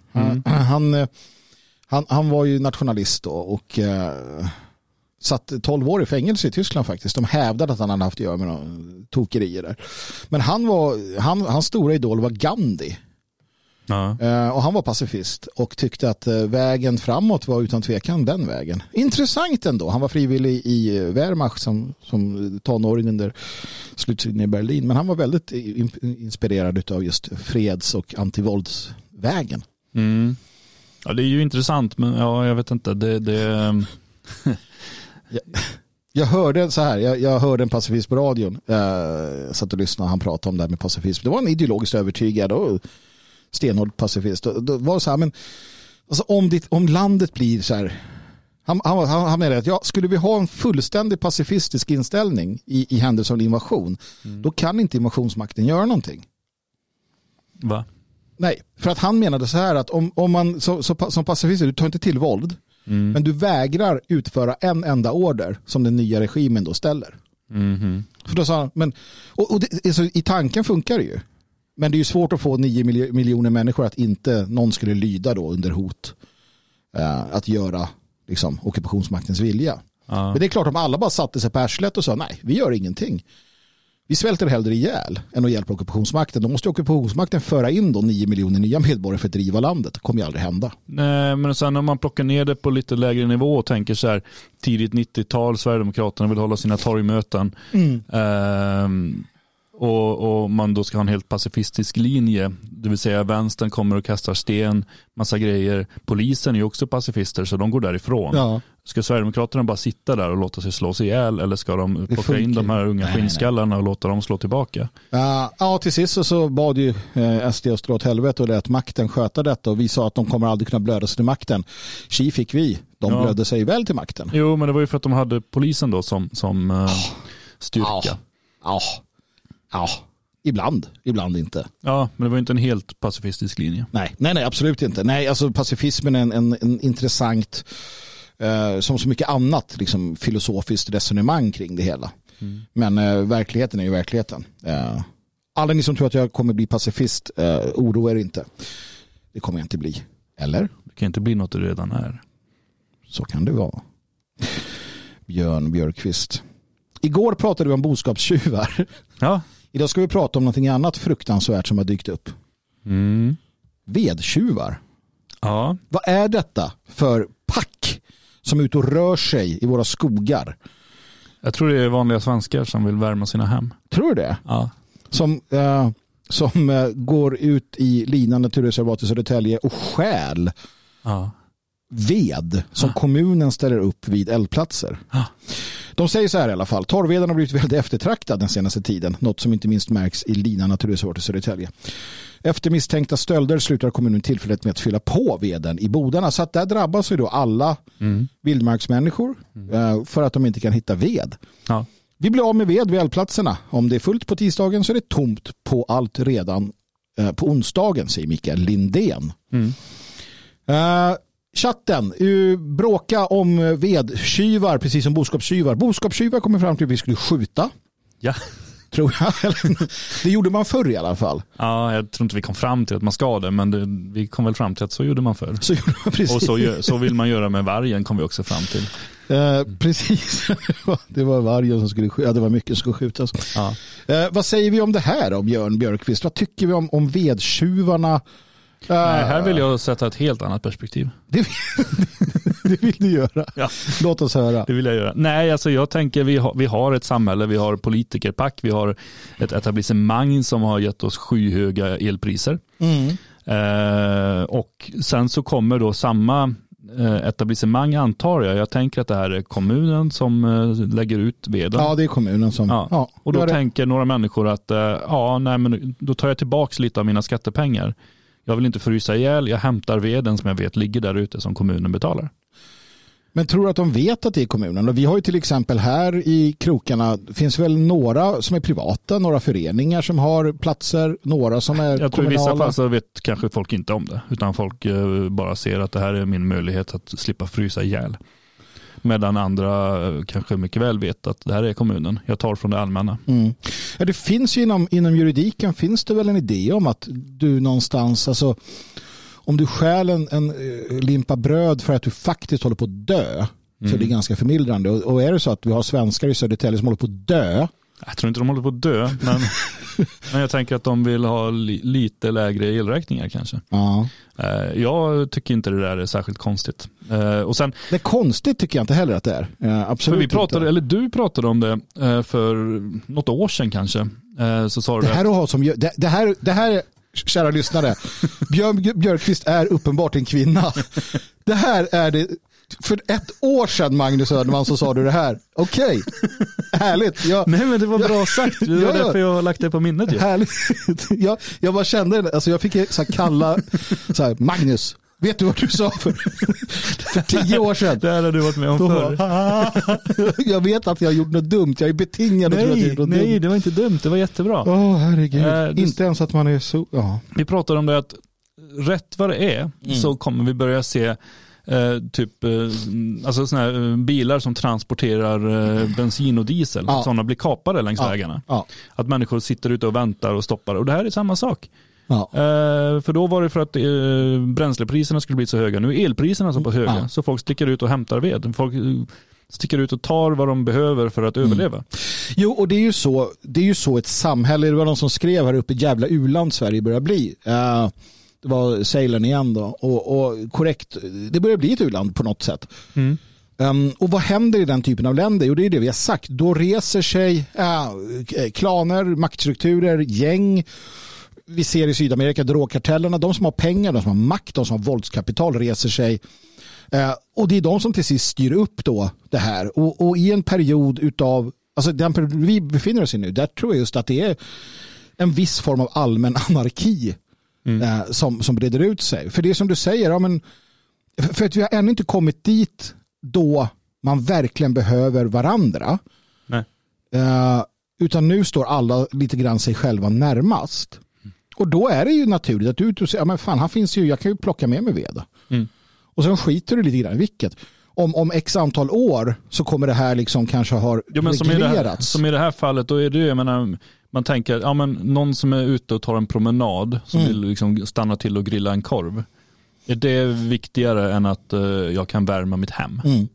Speaker 1: Han var ju nationalist då och satt 12 år i fängelse i Tyskland faktiskt. De hävdade att han hade haft att göra med några tokerier där. Men hans stora idol var Gandhi. Och han var pacifist och tyckte att vägen framåt var utan tvekan den vägen. Intressant ändå. Han var frivillig i Wehrmacht som tonåring under sluttiden i Berlin. Men han var väldigt inspirerad av just freds- och antivåldsvägen.
Speaker 2: Ja, det är ju intressant, men ja, jag vet inte.
Speaker 1: Jag hörde så här, jag hörde en pacifist på radion. Jag satt och lyssnade och han pratade om det här med pacifism. Det var en ideologiskt övertygad och stenhård pacifist. Det var så här, men alltså om landet blir så här, han menar att skulle vi ha en fullständig pacifistisk inställning i händelse av en invasion, då kan inte invasionsmakten göra någonting.
Speaker 2: Va?
Speaker 1: Nej, för att han menade så här att om man som pacifist, du tar inte till våld, men du vägrar utföra en enda order som den nya regimen då ställer. För då sa han, men alltså, i tanken funkar det ju. Men det är ju svårt att få 9 miljoner människor att inte någon skulle lyda då under hot att göra liksom ockupationsmaktens vilja. Men det är klart, om alla bara satte sig på arslet och sa nej, vi gör ingenting. Vi svälter hellre ihjäl än att hjälpa ockupationsmakten. Då måste ockupationsmakten föra in då 9 miljoner nya medborgare för att driva landet. Det kommer ju aldrig hända. Nej,
Speaker 2: men sen när man plockar ner det på lite lägre nivå och tänker så här, tidigt 90-tal, Sverigedemokraterna vill hålla sina torgmöten. Och man då ska ha en helt pacifistisk linje, det vill säga vänstern kommer och kastar sten, massa grejer. Polisen är ju också pacifister, så de går därifrån. Ja. Ska Sverigedemokraterna bara sitta där och låta sig slås ihjäl, eller ska de plocka in de här unga skinnskallarna och låta dem slå tillbaka? Ja, till sist så bad ju SD oss dra åt helvete och lät makten sköta detta, och vi sa att de kommer aldrig kunna blöda sig till makten. Tji fick vi. De blödde sig väl till makten. Jo, men det var ju för att de hade polisen då som styrka. Ja, ibland inte. Ja, men det var inte en helt pacifistisk linje. Nej, absolut inte. Nej, alltså pacifismen är en intressant, som så mycket annat, liksom filosofiskt resonemang kring det hela. Men verkligheten är ju verkligheten. Alla ni som tror att jag kommer bli pacifist, oroa er inte. Det kommer jag inte bli. Eller? Det kan inte bli något du redan är. Så kan det vara.
Speaker 1: Björn Björkqvist. Igår pratade vi om boskapstjuvar.
Speaker 2: Ja.
Speaker 1: Idag ska vi prata om någonting annat fruktansvärt som har dykt upp. Vedtjuvar.
Speaker 2: Ja.
Speaker 1: Vad är detta för pack som är ute och rör sig i våra skogar?
Speaker 2: Jag tror det är vanliga svenskar som vill värma sina hem.
Speaker 1: Tror du det?
Speaker 2: Ja.
Speaker 1: Som går ut i Lina naturreservat i Södertälje och stjäl ved som kommunen ställer upp vid eldplatser.
Speaker 2: Ja.
Speaker 1: De säger så här i alla fall. Torvveden har blivit väldigt eftertraktad den senaste tiden. Något som inte minst märks i Lina naturreservat i Södertälje. Efter misstänkta stölder slutar kommunen tillfället med att fylla på veden i bodarna. Så att där drabbas ju då alla vildmarksmänniskor för att de inte kan hitta ved. Ja. Vi blir av med ved vid eldplatserna. Om det är fullt på tisdagen så är det tomt på allt redan på onsdagen, säger Mikael Lindén. Chatten, bråka om vedtjuvar precis som boskapstjuvar. Boskapstjuvar kommer fram till att vi skulle skjuta. Ja. Tror jag. Det gjorde man förr i alla fall.
Speaker 2: Ja, jag tror inte vi kom fram till att man ska det, men vi kom väl fram till att så gjorde man förr.
Speaker 1: Så gjorde man precis.
Speaker 2: Och så vill man göra med vargen, kom vi också fram till.
Speaker 1: Precis. Det var vargen som skulle skjutas. Ja, det var mycket som skulle skjutas. Ja. Vad säger vi om det här om Björn Björkqvist? Vad tycker vi om vedtjuvarna?
Speaker 2: Nej, här vill jag sätta ett helt annat perspektiv.
Speaker 1: Det vill du göra. Ja. Låt oss höra.
Speaker 2: Det vill jag göra. Nej, alltså jag tänker vi har ett samhälle, vi har politikerpack, vi har ett etablissemang som har gett oss skyhöga elpriser. Och sen så kommer då samma etablissemang, antar jag. Jag tänker att det här är kommunen som lägger ut veden.
Speaker 1: Ja, det är kommunen som...
Speaker 2: Ja. Och då tänker några människor att men då tar jag tillbaka lite av mina skattepengar. Jag vill inte frysa ihjäl, jag hämtar veden som jag vet ligger där ute som kommunen betalar.
Speaker 1: Men tror du att de vet att det är kommunen? Och vi har ju till exempel här i krokarna, finns väl några som är privata, några föreningar som har platser, några som är
Speaker 2: jag tror
Speaker 1: kommunala.
Speaker 2: I vissa fall så vet kanske folk inte om det, utan folk bara ser att det här är min möjlighet att slippa frysa ihjäl. Medan andra kanske mycket väl vet att det här är kommunen. Jag tar från det allmänna. Ja, det finns ju inom juridiken finns det väl en idé om att du någonstans, alltså om du stjäl en limpa bröd för att du faktiskt håller på att dö, så det är ganska förmildrande. Och är det så att vi har svenskar i Södertälje som håller på att dö? Jag tror inte de håller på att dö, men jag tänker att de vill ha lite lägre elräkningar kanske. Ja. Jag tycker inte det där är särskilt konstigt. Och sen, det är konstigt tycker jag inte heller att det är. Absolut för vi pratade, inte. Eller du pratade om det för något år sedan kanske. Så sa du det här, kära lyssnare, Björn Björkqvist är uppenbart en kvinna. Det här är det. För ett år sedan, Magnus Söderman, så sa du det här. Okej, härligt. Nej, men det var bra sagt. Det var därför jag har lagt det på minnet. Härligt. Jag bara kände det. Alltså jag fick så här kalla så här, Magnus, vet du vad du sa för 10 år sedan? Det här har du varit med om förr. Jag vet att jag har gjort något dumt. Jag är betingad. Nej, det var inte dumt. Det var jättebra. Herregud. Inte ens att man är så... Ja. Vi pratade om det att rätt vad det är så kommer vi börja se alltså såna här bilar som transporterar bensin och diesel, sådana blir kapade längs vägarna. Att människor sitter ute och väntar och stoppar, och det här är samma sak. För då var det för att bränslepriserna skulle bli så höga. Nu är elpriserna så pass höga så folk sticker ut och hämtar ved. Folk sticker ut och tar vad de behöver för att överleva. Jo, och det är ju så ett samhälle, det var någon som skrev här uppe, jävla u-land Sverige börjar bli. Det var Ceylon igen då. Och korrekt, det börjar bli ett u-land på något sätt. Och vad händer i den typen av länder? Jo, det är det vi har sagt. Då reser sig klaner, maktstrukturer, gäng. Vi ser i Sydamerika drogkartellerna, de som har pengar, de som har makt, de som har våldskapital reser sig. Och det är de som till sist styr upp då det här. Och i en period utav, alltså den period vi befinner oss i nu, där tror jag just att det är en viss form av allmän anarki som breder ut sig. För det som du säger, för att vi har ännu inte kommit dit då man verkligen behöver varandra. Nej. Utan nu står alla lite grann sig själva närmast. Och då är det ju naturligt att du ut och säger, men fan, han finns ju, jag kan ju plocka med mig ved. Och sen skiter du lite grann i vilket. Om x antal år så kommer det här liksom kanske ha reglerats. Som i det här fallet, då är det ju, jag menar, man tänker, men någon som är ute och tar en promenad som vill liksom stanna till och grilla en korv. Är det viktigare än att jag kan värma mitt hem?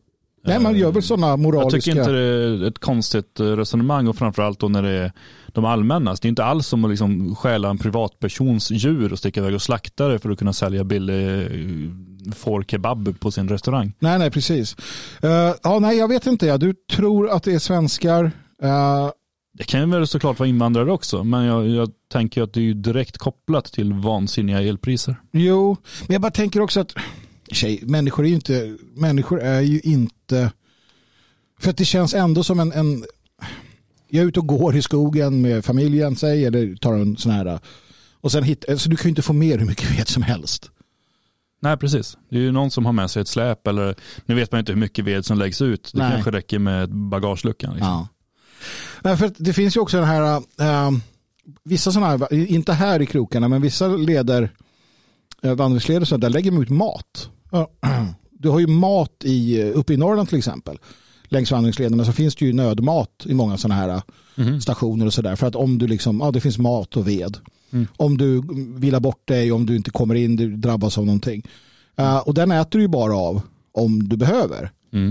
Speaker 1: Nej, man gör väl sådana moraliska...
Speaker 2: Jag tycker inte det är ett konstigt resonemang, och framförallt då när det är de allmännas. Det är inte alls som att liksom stjäla en privatpersons djur och sticka iväg och slakta det för att kunna sälja billig fårkebab på sin restaurang.
Speaker 1: Nej, precis. Nej, jag vet inte. Du tror att det är svenskar...
Speaker 2: Det kan ju väl såklart vara invandrare också, men jag tänker att det är ju direkt kopplat till vansinniga elpriser. Jo,
Speaker 1: men jag bara tänker också att människor är ju inte för att det känns ändå som en jag är ute och går i skogen med familjen eller tar en sån här och sen så du kan ju inte få mer hur mycket ved som helst. Nej, precis. Det är ju någon som har med sig ett släp, eller nu vet man inte hur mycket ved som läggs ut. Det kanske räcker med bagageluckan liksom. Ja. För att det finns ju också den här vissa sådana här, inte här i krokarna, men vissa vandringsleder så där lägger man ut mat. Du har ju mat uppe i Norrland till exempel. Längs vandringslederna så finns det ju nödmat i många sådana här stationer och sådär. För att om du liksom, det finns mat och ved. Om du vilar bort dig, om du inte kommer in, du drabbas av någonting. Och den äter du ju bara av om du behöver.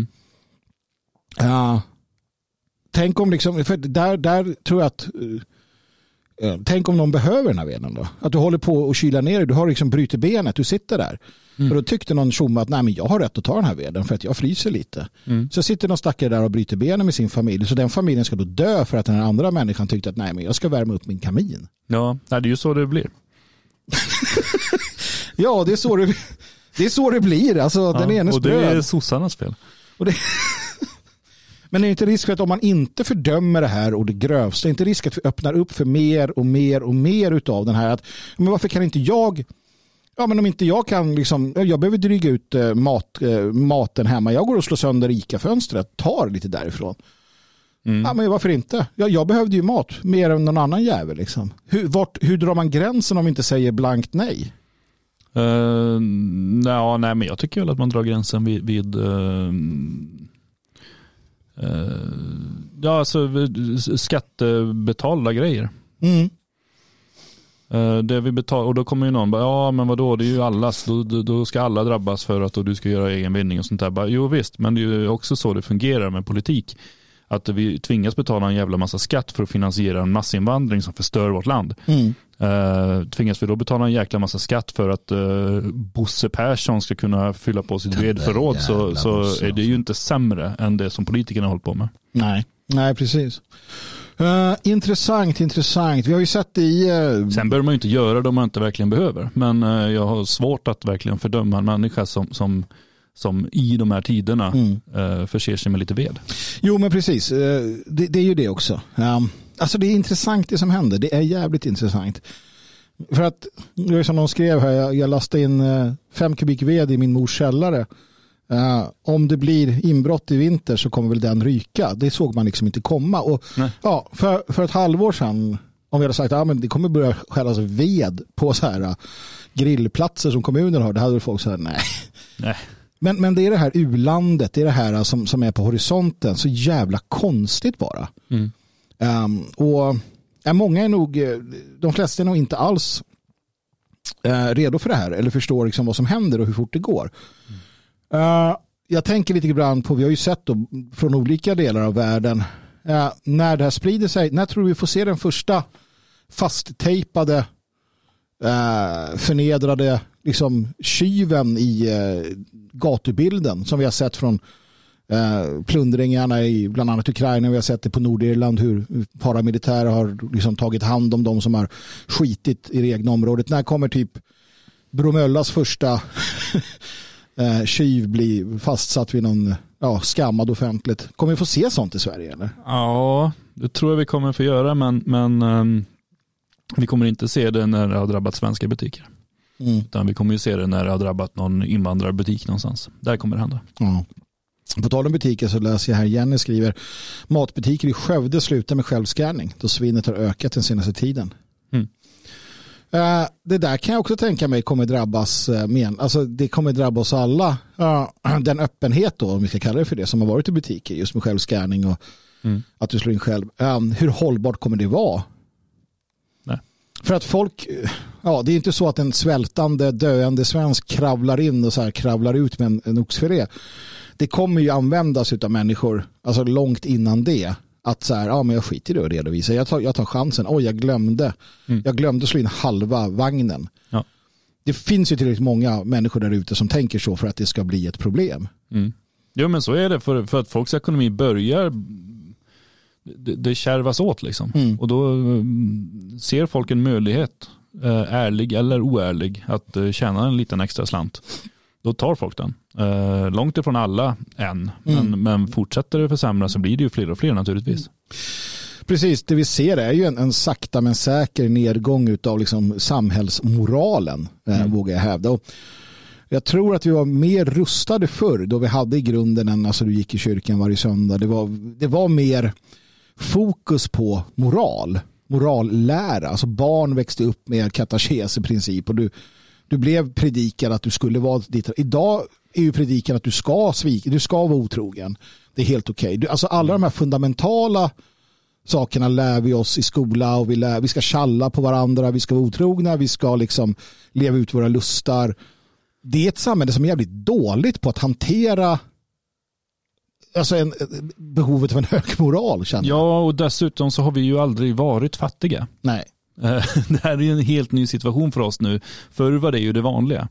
Speaker 1: Tänk om liksom, för där tror jag att tänk om någon behöver den här veden då. Att du håller på och kyla ner dig, du har liksom brutit benet, du sitter där. Och då tyckte någon tjomma att nej, men jag har rätt att ta den här veden för att jag fryser lite. Så sitter någon stackare där och bryter benen med sin familj. Så den familjen ska då dö för att den här andra människan tyckte att nej, men jag ska värma upp min kamin. Ja, det är ju så det blir. Ja, det är så det blir. Alltså, den enes
Speaker 2: och det är sossarnas fel.
Speaker 1: Men det är inte risk för att om man inte fördömer det här och det grövsta, det är inte risk att vi öppnar upp för mer och mer och mer utav den här att, men varför kan inte jag, men om inte jag kan liksom, jag behöver dryga ut maten hemma, jag går och slår sönder ICA-fönstret, tar lite därifrån. Ja, men varför inte? Jag behövde ju mat mer än någon annan jävel liksom. Hur drar man gränsen om vi inte säger blankt nej?
Speaker 2: Nej, men jag tycker väl att man drar gränsen vid alltså skattebetalda grejer. Det vi betalar, och då kommer ju någon bara, men vadå, det är ju allas, då ska alla drabbas för att du ska göra egen vinning och sånt där. Bara, jo visst, men det är ju också så det fungerar med politik. Att vi tvingas betala en jävla massa skatt för att finansiera en massinvandring som förstör vårt land. Tvingas vi då betala en jäkla massa skatt för att Bosse Persson ska kunna fylla på sitt vedförråd, så är det ju inte sämre än det som politikerna håller på med.
Speaker 1: Nej, precis. Intressant. Vi har ju sett
Speaker 2: Sen bör man ju inte göra det om man inte verkligen behöver. Men jag har svårt att verkligen fördöma en människa som i de här tiderna förser sig med lite ved. Jo, men precis. Det är ju det också. Alltså det är intressant det som händer. Det är jävligt intressant. För att, det är som någon skrev här, jag lastade in 5 kubik ved i min mors källare. Om det blir inbrott i vinter så kommer väl den ryka. Det såg man liksom inte komma. Och för ett halvår sedan, om vi hade sagt att det kommer börja skällas ved på så här grillplatser som kommunen har, det hade folk sagt nej. Men det är det här u-landet, det är det här som är på horisonten, så jävla konstigt bara. Och många är nog, de flesta är nog inte alls redo för det här eller förstår liksom vad som händer och hur fort det går. Jag tänker lite grann på, vi har ju sett då, från olika delar av världen, när det här sprider sig, när tror vi får se den första fasttejpade förnedrade liksom tjuven i gatubilden som vi har sett från plundringarna i bland annat Ukraina. Vi har sett det på Nordirland hur paramilitära har liksom tagit hand om de som har skitit i det egna området. När kommer typ Bromöllas första tjuv bli fastsatt vid någon skammad offentligt? Kommer vi få se sånt i Sverige eller? Ja, det tror jag vi kommer få göra, men vi kommer inte se det när det har drabbat svenska butiker. Utan vi kommer ju se det när det har drabbat någon invandrarbutik någonstans. Där kommer det hända. Ja.
Speaker 1: På tal om butiker så läser jag här, Jenny skriver, matbutiker i Skövde slutar med självskanning då svinnet har ökat den senaste tiden. Det där kan jag också tänka mig kommer drabbas alltså det kommer drabba oss alla. Den öppenhet då, om vi ska kalla det för det, som har varit i butiker just med självskanning och att du slår in själv. Hur hållbart kommer det vara? Nej. För att folk, det är inte så att en svältande, döende svensk kravlar in och så här kravlar ut med en oxfilé. det kommer ju användas av människor alltså långt innan det. Att så här, men jag skiter i det och redovisa. Jag tar chansen. Jag glömde slå in halva vagnen. Ja. Det finns ju tillräckligt många människor där ute som tänker så för att det ska bli ett problem.
Speaker 2: Jo, men så är det för att folks ekonomi börjar det kärvas åt liksom. Och då ser folk en möjlighet, ärlig eller oärlig, att tjäna en liten extra slant. Då tar folk den. Långt ifrån alla än. Men fortsätter det försämras så blir det ju fler och fler naturligtvis.
Speaker 1: Precis, det vi ser är ju en sakta men säker nedgång av liksom samhällsmoralen, vågar jag hävda. Och jag tror att vi var mer rustade förr då vi hade i grunden än alltså du gick i kyrkan varje söndag. Det var mer fokus på morallära. Alltså barn växte upp med katekes i princip och du blev predikad att du skulle vara dit. Idag är ju predikan att du ska svika, du ska vara otrogen. Det är helt okej. Alltså alla de här fundamentala sakerna lär vi oss i skola och vi ska tjalla på varandra, vi ska vara otrogna, vi ska liksom leva ut våra lustar. Det är ett samhälle som är jävligt dåligt på att hantera alltså behovet av en hög moral, känner jag. Ja,
Speaker 2: och dessutom så har vi ju aldrig varit fattiga.
Speaker 1: Nej.
Speaker 2: Det här är ju en helt ny situation för oss nu. Förr var det ju det vanliga.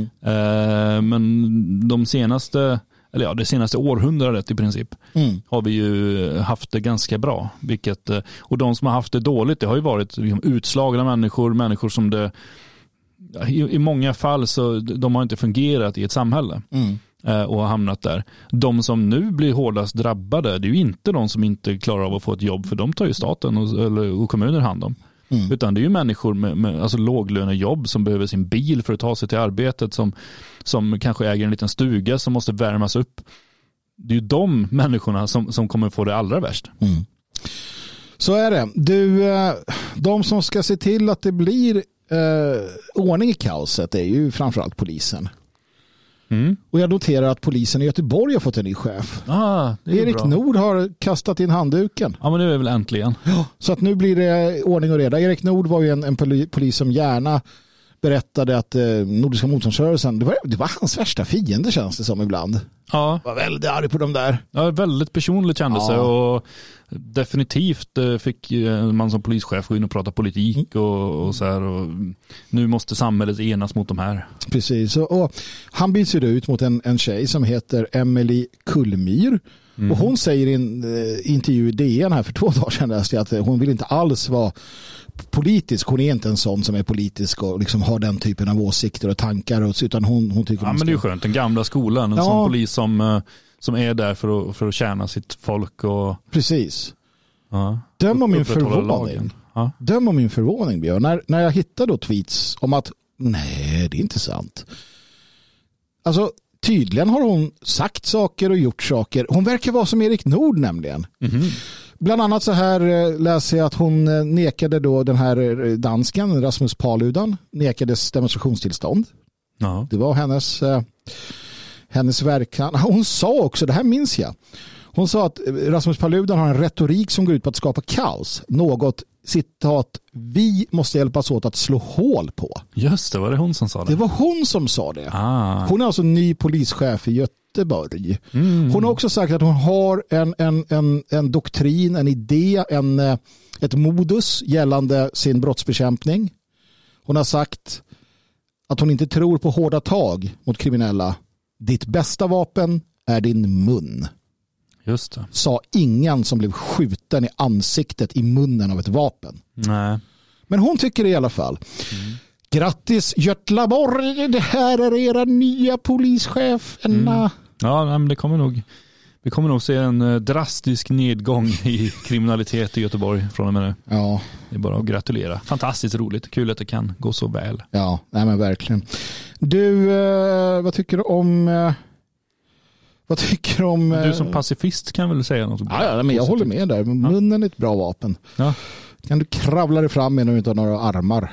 Speaker 2: Men det senaste århundradet i princip har vi ju haft det ganska bra. Och de som har haft det dåligt, det har ju varit liksom utslagna människor som det i många fall så de har inte fungerat i ett samhälle och har hamnat där. De som nu blir hårdast drabbade, det är ju inte de som inte klarar av att få ett jobb, för de tar ju staten och kommuner hand om. Utan det är ju människor med alltså låglönejobb som behöver sin bil för att ta sig till arbetet, som kanske äger en liten stuga som måste värmas upp. Det är ju de människorna som kommer få det allra värst.
Speaker 1: Så är det. De som ska se till att det blir ordning i kaoset är ju framförallt polisen. Och jag noterar att polisen i Göteborg har fåt en ny chef. Erik bra. Nord har kastat in handduken.
Speaker 2: Ja, men det är väl äntligen.
Speaker 1: Ja, så att nu blir det ordning och reda. Erik Nord var ju en polis som gärna berättade att Nordiska motståndsrörelsen, det var hans värsta fiende, känns det som ibland.
Speaker 2: Ja.
Speaker 1: Var väldigt arg på dem där.
Speaker 2: Ja, väldigt personligt kändes det, och definitivt fick man som polischef gå in och prata politik och så här, och nu måste samhället enas mot de här.
Speaker 1: Precis, och han byts ut mot en tjej som heter Emily Kullmyr. Och hon säger i en intervju i DN här för 2 dagar sedan att hon vill inte alls vara politisk. Hon är inte en sån som är politisk och liksom har den typen av åsikter och tankar, utan hon tycker
Speaker 2: men det är ju skönt, den gamla skolan, en sån polis som är där för att tjäna sitt folk. Och
Speaker 1: precis. Döm om min förvåning. Döm om min förvåning, Björn. När jag hittade då tweets om att nej, det är inte sant. Alltså, tydligen har hon sagt saker och gjort saker. Hon verkar vara som Erik Nord nämligen. Bland annat så här läser jag att hon nekade då den här dansken, Rasmus Paludan, nekades demonstrationstillstånd. Det var hennes verkan. Hon sa också, det här minns jag. Hon sa att Rasmus Paludan har en retorik som går ut på att skapa kaos. Något, citat, vi måste hjälpas åt att slå hål på.
Speaker 2: Just det, var det hon som sa det?
Speaker 1: Det var hon som sa det. Hon är alltså ny polischef i Göteborg. Hon har också sagt att hon har en doktrin, en idé, ett modus gällande sin brottsbekämpning. Hon har sagt att hon inte tror på hårda tag mot kriminella. Ditt bästa vapen är din mun.
Speaker 2: Just det.
Speaker 1: Sa ingen som blev skjuten i ansiktet i munnen av ett vapen.
Speaker 2: Nej.
Speaker 1: Men hon tycker det i alla fall. Grattis Götlaborg, det här är era nya polischef.
Speaker 2: Ja, men vi kommer nog se en drastisk nedgång i kriminalitet i Göteborg från och med nu.
Speaker 1: Ja.
Speaker 2: Det är bara att gratulera. Fantastiskt roligt. Kul att det kan gå så väl.
Speaker 1: Ja, nej men verkligen. Du, vad tycker du om...
Speaker 2: Du som pacifist kan väl säga något?
Speaker 1: Ja, men jag håller med där. Munnen är ett bra vapen.
Speaker 2: Ja.
Speaker 1: Kan du kravla dig fram när du inte har några armar?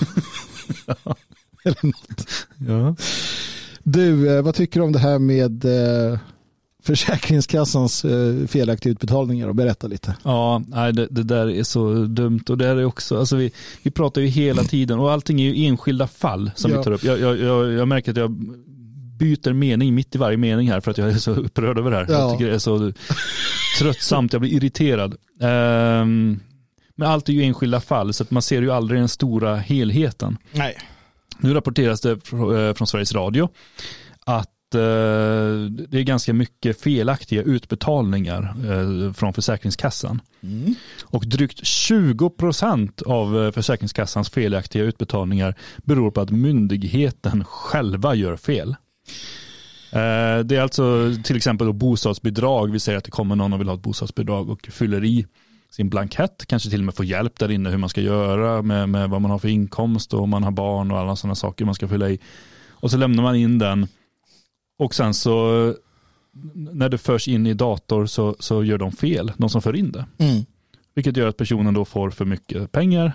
Speaker 1: Eller något.
Speaker 2: Ja.
Speaker 1: Du, vad tycker du om det här med Försäkringskassans felaktiga utbetalningar, och berätta lite.
Speaker 2: Ja, nej, det där är så dumt, och det är också, alltså vi pratar ju hela tiden, och allting är ju enskilda fall som vi tar upp. Jag märker att jag byter mening mitt i varje mening här för att jag är så upprörd över det här. Jag tycker det är så tröttsamt, jag blir irriterad. Men allt är ju enskilda fall så att man ser ju aldrig den stora helheten.
Speaker 1: Nej.
Speaker 2: Nu rapporteras det från Sveriges Radio att det är ganska mycket felaktiga utbetalningar från Försäkringskassan. Och drygt 20% av Försäkringskassans felaktiga utbetalningar beror på att myndigheten själva gör fel. Det är alltså till exempel då bostadsbidrag. Vi säger att det kommer någon och vill ha ett bostadsbidrag och fyller i sin blankett, kanske till och med få hjälp där inne hur man ska göra med vad man har för inkomst och om man har barn och alla sådana saker man ska fylla i. Och så lämnar man in den och sen så när det förs in i dator så gör de fel, de som för in det. Vilket gör att personen då får för mycket pengar.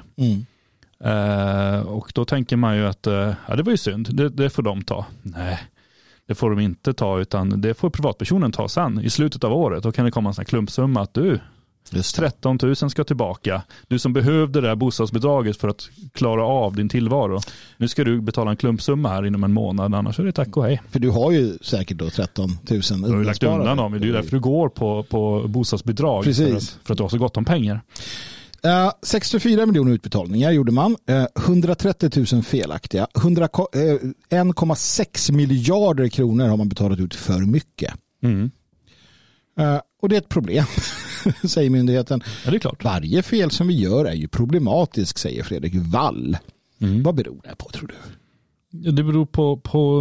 Speaker 2: Och då tänker man ju att det var ju synd, det får de ta. Nej, det får de inte ta utan det får privatpersonen ta sen i slutet av året. Då kan det komma en sån här klumpsumma att 13 000 ska tillbaka. Du som behövde det här bostadsbidraget för att klara av din tillvaro. Nu ska du betala en klumpsumma här inom en månad, annars är det tack och hej.
Speaker 1: För du har ju säkert då 13 000
Speaker 2: du har ju lagt undan dem. Det är ju därför du går på bostadsbidrag. Precis. För att du har så gott om pengar.
Speaker 1: 64 miljoner utbetalningar gjorde man. 130 000 felaktiga. 1,6 miljarder kronor har man betalat ut för mycket. Och det är ett problem, säger myndigheten.
Speaker 2: Ja, det är klart.
Speaker 1: Varje fel som vi gör är ju problematisk, säger Fredrik Wall. Vad beror det på, tror du?
Speaker 2: Ja, det beror på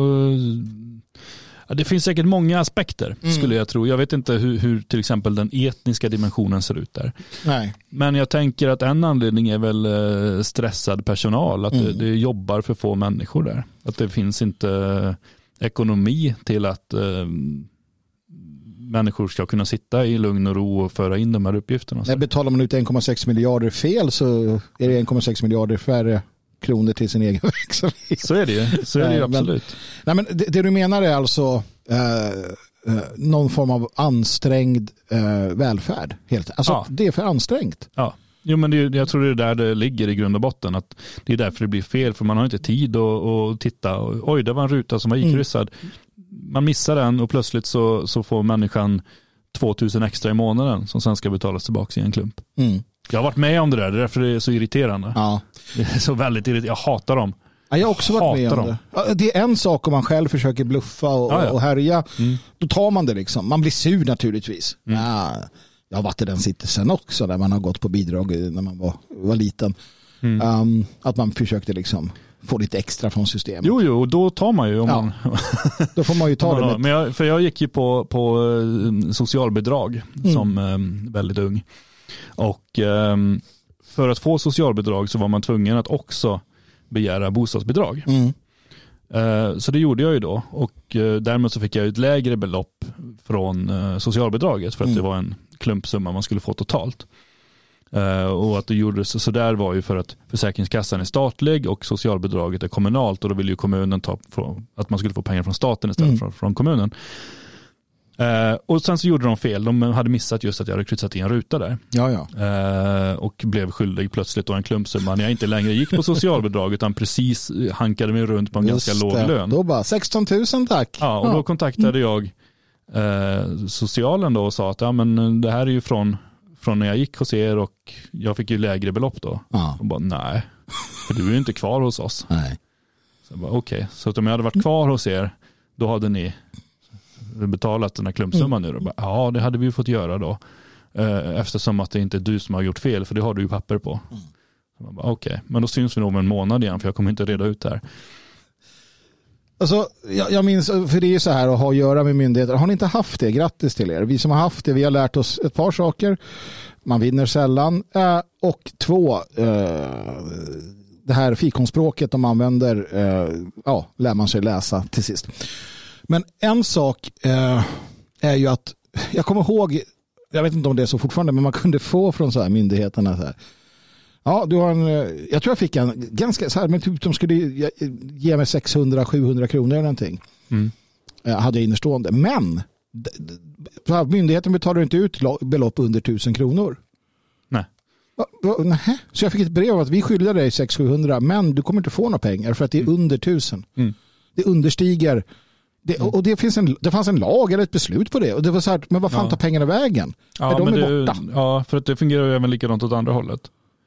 Speaker 2: det finns säkert många aspekter, skulle jag tro. Jag vet inte hur till exempel den etniska dimensionen ser ut där.
Speaker 1: Nej.
Speaker 2: Men jag tänker att en anledning är väl stressad personal. Att det jobbar för få människor där. Att det finns inte ekonomi till att människor ska kunna sitta i lugn och ro och föra in de här uppgifterna.
Speaker 1: När betalar man ut 1,6 miljarder fel så är det 1,6 miljarder färre kronor till sin egen verksamhet.
Speaker 2: Så är det ju. Så är det ju absolut.
Speaker 1: Men det du menar är alltså någon form av ansträngd välfärd. Alltså det är för ansträngt.
Speaker 2: Ja. Jo, men jag tror det är där det ligger i grund och botten. Att det är därför det blir fel. För man har inte tid att titta. Oj, det var en ruta som var ikryssad. Man missar den och plötsligt så får människan 2 000 extra i månaden som sen ska betalas tillbaka i en klump. Jag har varit med om det där. Det är därför det är så irriterande. Ja. Det är så väldigt irriterande. Jag hatar dem.
Speaker 1: Ja, jag har också varit med om det. Det är en sak om man själv försöker bluffa och härja. Då tar man det liksom. Man blir sur naturligtvis. Ja, jag har varit i den sittelsen också när man har gått på bidrag när man var liten. Att man försökte liksom få lite extra från systemet. Jo, och då tar man ju. Då får man ju ta det.
Speaker 2: Men jag gick ju på socialbidrag som väldigt ung. Och för att få socialbidrag så var man tvungen att också begära bostadsbidrag. Så det gjorde jag ju då. Och därmed så fick jag ett lägre belopp från socialbidraget för att det var en klumpsumma man skulle få totalt. Och att det gjordes så där var ju för att Försäkringskassan är statlig och socialbidraget är kommunalt och då vill ju kommunen ta att man skulle få pengar från staten istället från kommunen. Och sen så gjorde de fel. De hade missat just att jag hade kryssat i en ruta där. Och blev skyldig plötsligt då en klumpsumma när jag inte längre gick på socialbidrag utan precis hankade mig runt på en ganska låg lön.
Speaker 1: Då bara 16 000 tack.
Speaker 2: Ja, och då kontaktade jag socialen då och sa att men det här är ju från när jag gick hos er och jag fick ju lägre belopp då. Och bara nej, för du är ju inte kvar hos oss.
Speaker 1: Nej.
Speaker 2: Så jag bara okej. Så att om jag hade varit kvar hos er då hade ni betalat den här klumpsumman nu då? Ja, det hade vi ju fått göra då. Eftersom att det inte är du som har gjort fel, för det har du ju papper på. Okej, men då syns vi nog om en månad igen, för jag kommer inte reda ut det här.
Speaker 1: Alltså, jag minns, för det är ju så här att ha att göra med myndigheter. Har ni inte haft det? Grattis till er. Vi som har haft det, vi har lärt oss ett par saker. Man vinner sällan. Och 2, det här fikonspråket de använder, lär man sig läsa till sist. Men en sak är ju att jag kommer ihåg, jag vet inte om det är så fortfarande, men man kunde få från så här myndigheterna så här. Ja, du har jag tror jag fick en ganska så här, men typ de skulle ge mig 600-700 kronor eller någonting. Hade jag innestående. Men myndigheten betalar inte ut belopp under 1000 kronor.
Speaker 2: Nej.
Speaker 1: Nej. Så jag fick ett brev om att vi skyddar dig 600-700, men du kommer inte få några pengar för att det är under 1000. Det understiger Och det fanns en lag eller ett beslut på det. Och det var så här, men vad fan tar pengarna vägen?
Speaker 2: Ja,
Speaker 1: de är borta.
Speaker 2: Ja, för att det fungerar ju även likadant åt andra hållet.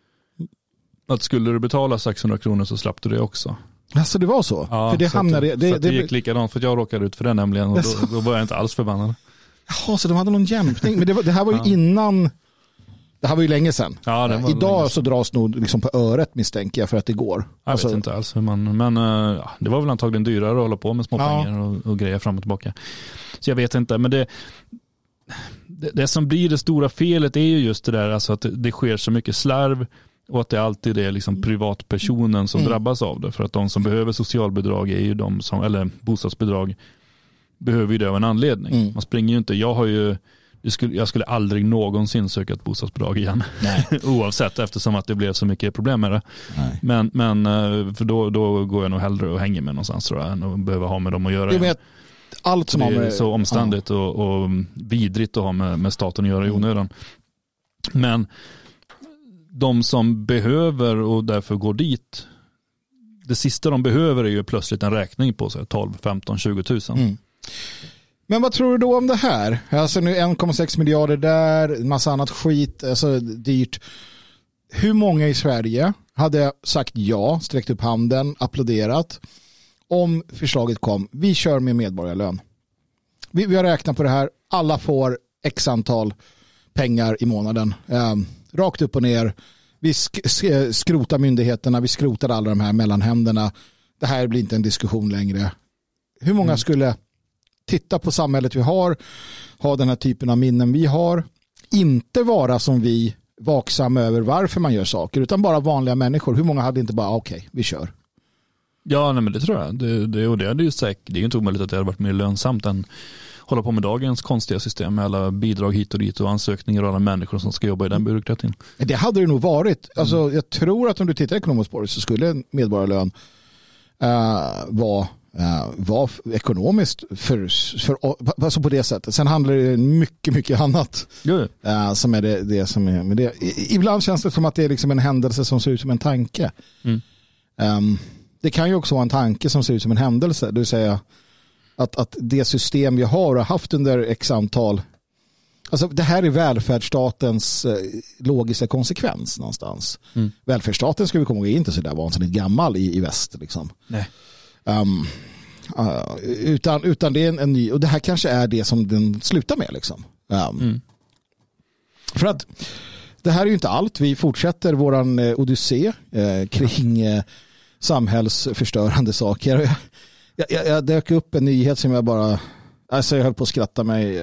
Speaker 2: Att skulle du betala 600 kronor så slapp du det också.
Speaker 1: Alltså det var så?
Speaker 2: Ja,
Speaker 1: för det hamnade...
Speaker 2: Det gick likadant för att jag råkade ut för det nämligen. Och då var jag inte alls förbannad.
Speaker 1: Jaha, så de hade någon jämkning. Men det här var ju innan... Det här var ju länge sedan.
Speaker 2: Ja,
Speaker 1: idag så dras nog liksom på öret misstänker jag för att det går.
Speaker 2: Jag vet inte alls hur man... Men det var väl antagligen dyrare att hålla på med småpengar och grejer fram och tillbaka. Så jag vet inte. Men det som blir det stora felet är ju just det där alltså att det sker så mycket slarv och att det alltid är liksom privatpersonen som drabbas av det. För att de som behöver socialbidrag är ju de som... Eller bostadsbidrag behöver ju det av en anledning. Man springer ju inte... Jag skulle aldrig någonsin söka ett bostadsbidrag igen. Oavsett eftersom att det blev så mycket problem med det. Nej. Men för då går jag nog hellre och hänger med någonstans tror jag än att behöva ha med dem att göra.
Speaker 1: Allt som
Speaker 2: det är så omständigt och vidrigt att ha med staten att göra i onödan. Men de som behöver och därför går dit, det sista de behöver är ju plötsligt en räkning på sig 12, 15, 20 000.
Speaker 1: Men vad tror du då om det här? Alltså nu 1,6 miljarder där, en massa annat skit, alltså dyrt. Hur många i Sverige hade sagt ja, sträckt upp handen, applåderat om förslaget kom? Vi kör med medborgarlön. Vi har räknat på det här. Alla får x antal pengar i månaden. Rakt upp och ner. Vi skrotar myndigheterna, vi skrotar alla de här mellanhänderna. Det här blir inte en diskussion längre. Hur många skulle titta på samhället vi har, ha den här typen av minnen vi har, inte vara som vi vaksam över varför man gör saker, utan bara vanliga människor. Hur många hade inte bara okej, vi kör?
Speaker 2: Ja, nej, men det tror jag. Det är ju säkert, det är ju inte omöjligt att det hade varit mer lönsamt än hålla på med dagens konstiga system med alla bidrag hit och dit och ansökningar och alla människor som ska jobba i den byråkratin. Det
Speaker 1: hade det nog varit. Alltså, jag tror att om du tittar ekonomiskt på det så skulle medborgarlön var ekonomiskt för alltså på det sättet. Sen handlar det mycket, mycket annat som är det som är med det. Ibland känns det som att det är liksom en händelse som ser ut som en tanke. Det kan ju också vara en tanke som ser ut som en händelse. Det vill säga att det system vi har haft under x antal, alltså det här är välfärdsstatens logiska konsekvens någonstans. Välfärdsstaten ska vi komma ihåg inte så där vansinnigt gammal i väst liksom. Nej. Utan det är en ny, och det här kanske är det som den slutar med liksom. För att det här är ju inte allt. Vi fortsätter våran odyssé kring samhällsförstörande saker. Jag dök upp en nyhet som jag bara, alltså jag höll på att skratta mig.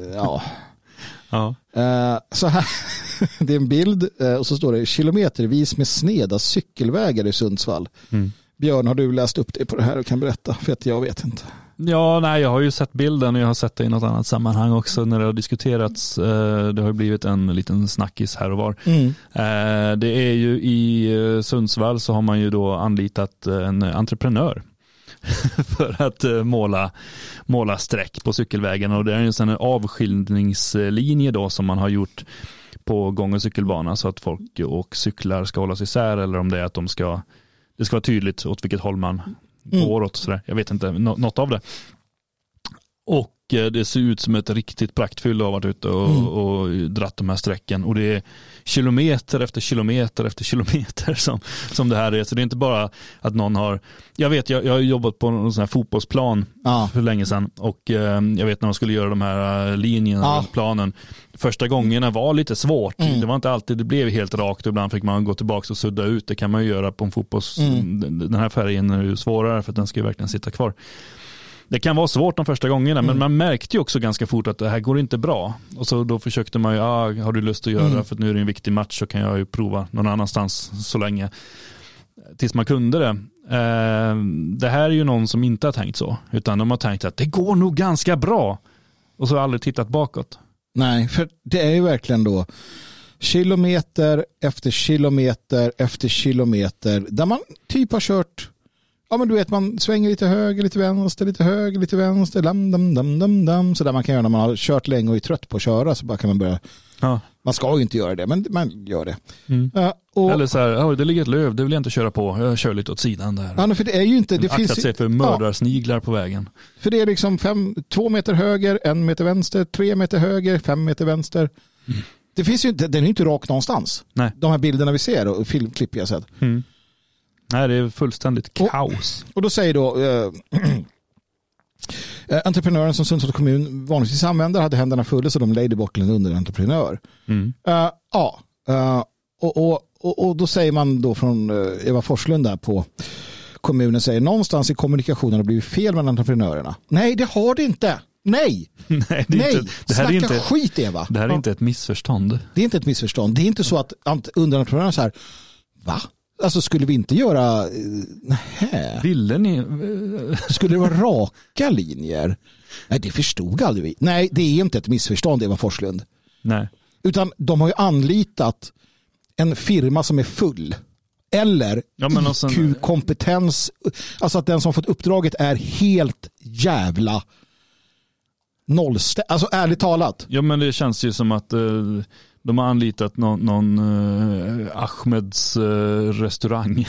Speaker 1: Så här, det är en bild och så står det kilometervis med sneda cykelvägar i Sundsvall. Björn, har du läst upp det på det här och kan berätta? För att jag vet inte. Ja, nej, jag har ju sett bilden och jag har sett det i något annat sammanhang också när det har diskuterats. Det har blivit en liten snackis här och var. Det är ju i Sundsvall så har man ju då anlitat en entreprenör för att måla streck på cykelvägen, och det är en sån avskiljningslinje då som man har gjort på gång- och cykelbana så att folk och cyklar ska hållas isär, eller om det är att det ska vara tydligt åt vilket håll man går åt. Sådär. Jag vet inte, något av det. Och det ser ut som ett riktigt praktfyll av att ute och dratt de här sträcken. Och det är kilometer efter kilometer efter kilometer som det här är. Så det är inte bara att någon har... Jag har jobbat på någon sån här fotbollsplan för länge sedan. Och jag vet när de skulle göra de här linjerna, planen. Första gångerna var lite svårt. Det var inte alltid, det blev helt rakt. Ibland fick man gå tillbaka och sudda ut. Det kan man ju göra på en fotbolls... Den här färgen är ju svårare för att den ska ju verkligen sitta kvar. Det kan vara svårt de första gångerna, men man märkte ju också ganska fort att det här går inte bra. Och så då försökte man ju, har du lust att göra för att nu är det en viktig match så kan jag ju prova någon annanstans så länge. Tills man kunde det. Det här är ju någon som inte har tänkt så, utan de har tänkt att det går nog ganska bra. Och så har aldrig tittat bakåt. Nej, för det är ju verkligen då kilometer efter kilometer efter kilometer där man typ har kört Ja, men du vet, man svänger lite höger, lite vänster, lite höger, lite vänster, dam. Så där man kan göra när man har kört länge och är trött på att köra, så bara kan man börja. Ja. Man ska ju inte göra det, men man gör det.
Speaker 2: Eller så här, det ligger ett löv, det vill jag inte köra på. Jag kör lite åt sidan där.
Speaker 1: Ja, för det är ju inte... Det finns
Speaker 2: sig för mördarsniglar på vägen.
Speaker 1: För det är liksom 2 meter höger, 1 meter vänster, 3 meter höger, 5 meter vänster. Det finns ju inte, den är inte rak någonstans. Nej. De här bilderna vi ser och filmklipp jag sett.
Speaker 2: Nej, det är fullständigt kaos.
Speaker 1: Och då säger då entreprenören som Sundsvalls kommun vanligtvis använder hade händerna fulla, så de lejde bort en underentreprenör. Och då säger man då från Eva Forslund där på kommunen, säger någonstans i kommunikationen har blivit fel mellan entreprenörerna. Nej, det har det inte. Nej.
Speaker 2: Nej, det här är inte
Speaker 1: skit, Eva.
Speaker 2: Det här är inte ett missförstånd.
Speaker 1: Det är inte ett missförstånd. Det är inte så att underentreprenörerna så här, va? Alltså skulle vi inte göra... Nej.
Speaker 2: Ville ni...
Speaker 1: Skulle det vara raka linjer? Nej, det förstod aldrig vi. Nej, det är inte ett missförstånd, Eva Forslund.
Speaker 2: Nej.
Speaker 1: Utan de har ju anlitat en firma som är full. Eller IQ-kompetens. Alltså att den som fått uppdraget är helt jävla nollställ. Alltså ärligt talat.
Speaker 2: Ja, men det känns ju som att... De har anlitat någon Ahmeds restaurang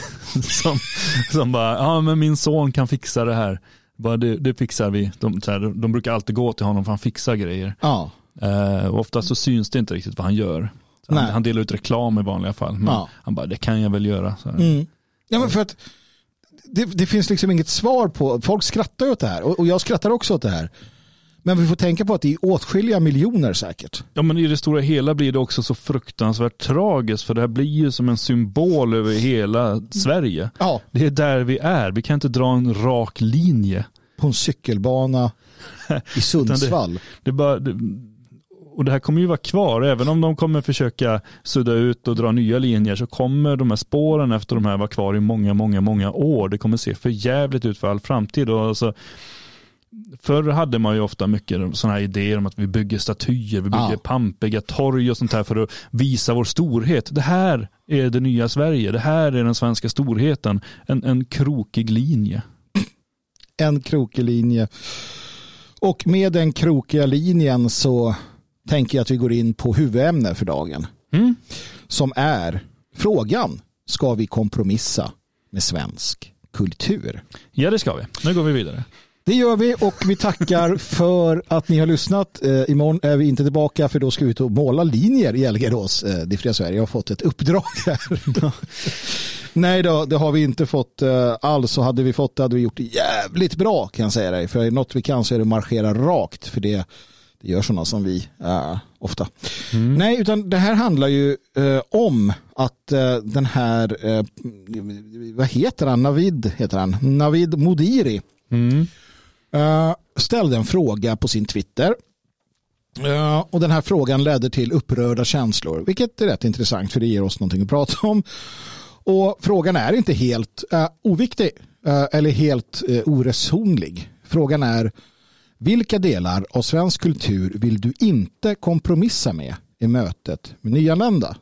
Speaker 2: som bara, ja men min son kan fixa det här. Bara det fixar vi. De brukar alltid gå till honom för han fixar grejer. Ja. Och ofta så syns det inte riktigt vad han gör. Han delar ut reklam i vanliga fall. Men han bara, det kan jag väl göra.
Speaker 1: Ja, men för att det finns liksom inget svar på. Folk skrattar åt det här. Och jag skrattar också åt det här. Men vi får tänka på att det är åtskilliga miljoner säkert.
Speaker 2: Ja, men i det stora hela blir det också så fruktansvärt tragiskt, för det här blir ju som en symbol över hela Sverige. Ja. Det är där vi är. Vi kan inte dra en rak linje.
Speaker 1: På en cykelbana i Sundsvall.
Speaker 2: Och det här kommer ju vara kvar. Även om de kommer försöka sudda ut och dra nya linjer, så kommer de här spåren efter de här vara kvar i många år. Det kommer se för jävligt ut för all framtid. Och alltså, förr hade man ju ofta mycket sådana här idéer om att vi bygger statyer, vi bygger pampiga torg och sånt här för att visa vår storhet. Det här är det nya Sverige. Det här är den svenska storheten. En krokig linje.
Speaker 1: En krokig linje. Och med den krokiga linjen så tänker jag att vi går in på huvudämne för dagen. Som är frågan: ska vi kompromissa med svensk kultur?
Speaker 2: Ja, det ska vi. Nu går vi vidare.
Speaker 1: Det gör vi, och vi tackar för att ni har lyssnat. Imorgon är vi inte tillbaka, för då ska vi ut och måla linjer i Elgerås. Det fria Sverige har fått ett uppdrag här. Nej då, det har vi inte fått alls. Så hade vi fått det hade vi gjort det jävligt bra, kan jag säga dig. För något vi kan så är det marschera rakt, för det gör sådana som vi ofta. Nej, utan det här handlar ju om att den här vad heter han? Navid Modiri ställde en fråga på sin Twitter. Och den här frågan ledde till upprörda känslor, vilket är rätt intressant, för det ger oss någonting att prata om. Och frågan är inte helt oviktig eller helt oresonlig. Frågan är: vilka delar av svensk kultur vill du inte kompromissa med i mötet med nyanlända?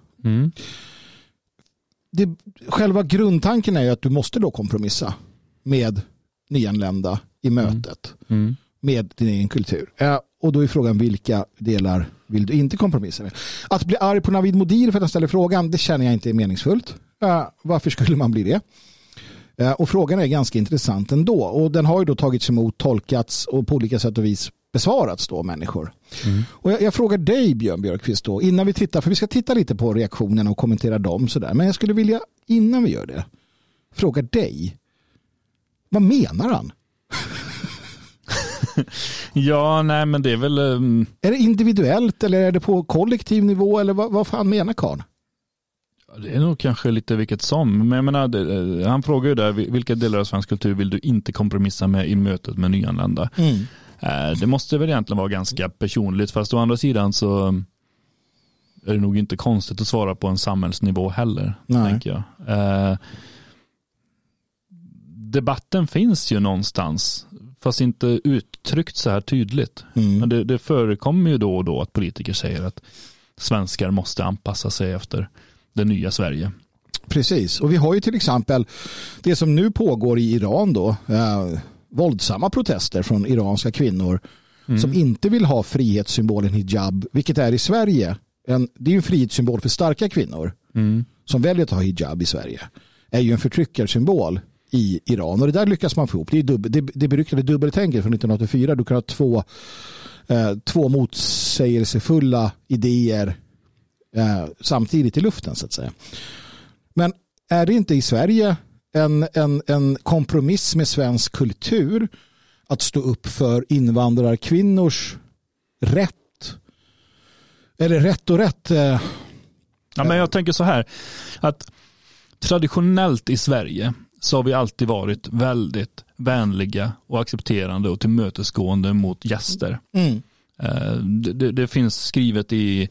Speaker 1: Själva grundtanken är ju att du måste då kompromissa med nyanlända i mötet med din egen kultur. Och då är frågan: vilka delar vill du inte kompromissa med? Att bli arg på Navid Modiri för att han ställer frågan, det känner jag inte är meningsfullt. Varför skulle man bli det? Och frågan är ganska intressant ändå. Och den har ju då tagits emot, tolkats och på olika sätt och vis besvarats då människor. Och jag frågar dig, Björn Björkqvist, då, innan vi tittar, för vi ska titta lite på reaktionerna och kommentera dem sådär. Men jag skulle vilja, innan vi gör det, fråga dig: vad menar han?
Speaker 2: Ja, nej, men det är väl...
Speaker 1: Är det individuellt eller är det på kollektiv nivå, eller vad fan menar Karl?
Speaker 2: Det är nog kanske lite vilket som. Men jag menar, han frågar ju där: vilka delar av svensk kultur vill du inte kompromissa med i mötet med nyanlända? Det måste väl egentligen vara ganska personligt, fast å andra sidan så är det nog inte konstigt att svara på en samhällsnivå heller, tänker jag. Debatten finns ju någonstans, fast inte uttryckt så här tydligt. Men det förekommer ju då och då att politiker säger att svenskar måste anpassa sig efter det nya Sverige.
Speaker 1: Precis, och vi har ju till exempel det som nu pågår i Iran då, våldsamma protester från iranska kvinnor som inte vill ha frihetssymbolen hijab, vilket är i Sverige. Det är ju en frihetssymbol för starka kvinnor som väljer att ha hijab i Sverige. Är ju en förtryckarsymbol i Iran, och det där lyckas man få ihop. Det är det beryktade dubbeltänket från 1984. Du kan ha två motsägelsefulla idéer samtidigt i luften, så att säga. Men är det inte i Sverige en kompromiss med svensk kultur att stå upp för invandrarkvinnors rätt? Eller rätt?
Speaker 2: Ja, men jag tänker så här, att traditionellt i Sverige så har vi alltid varit väldigt vänliga och accepterande och tillmötesgående mot gäster. Det finns skrivet i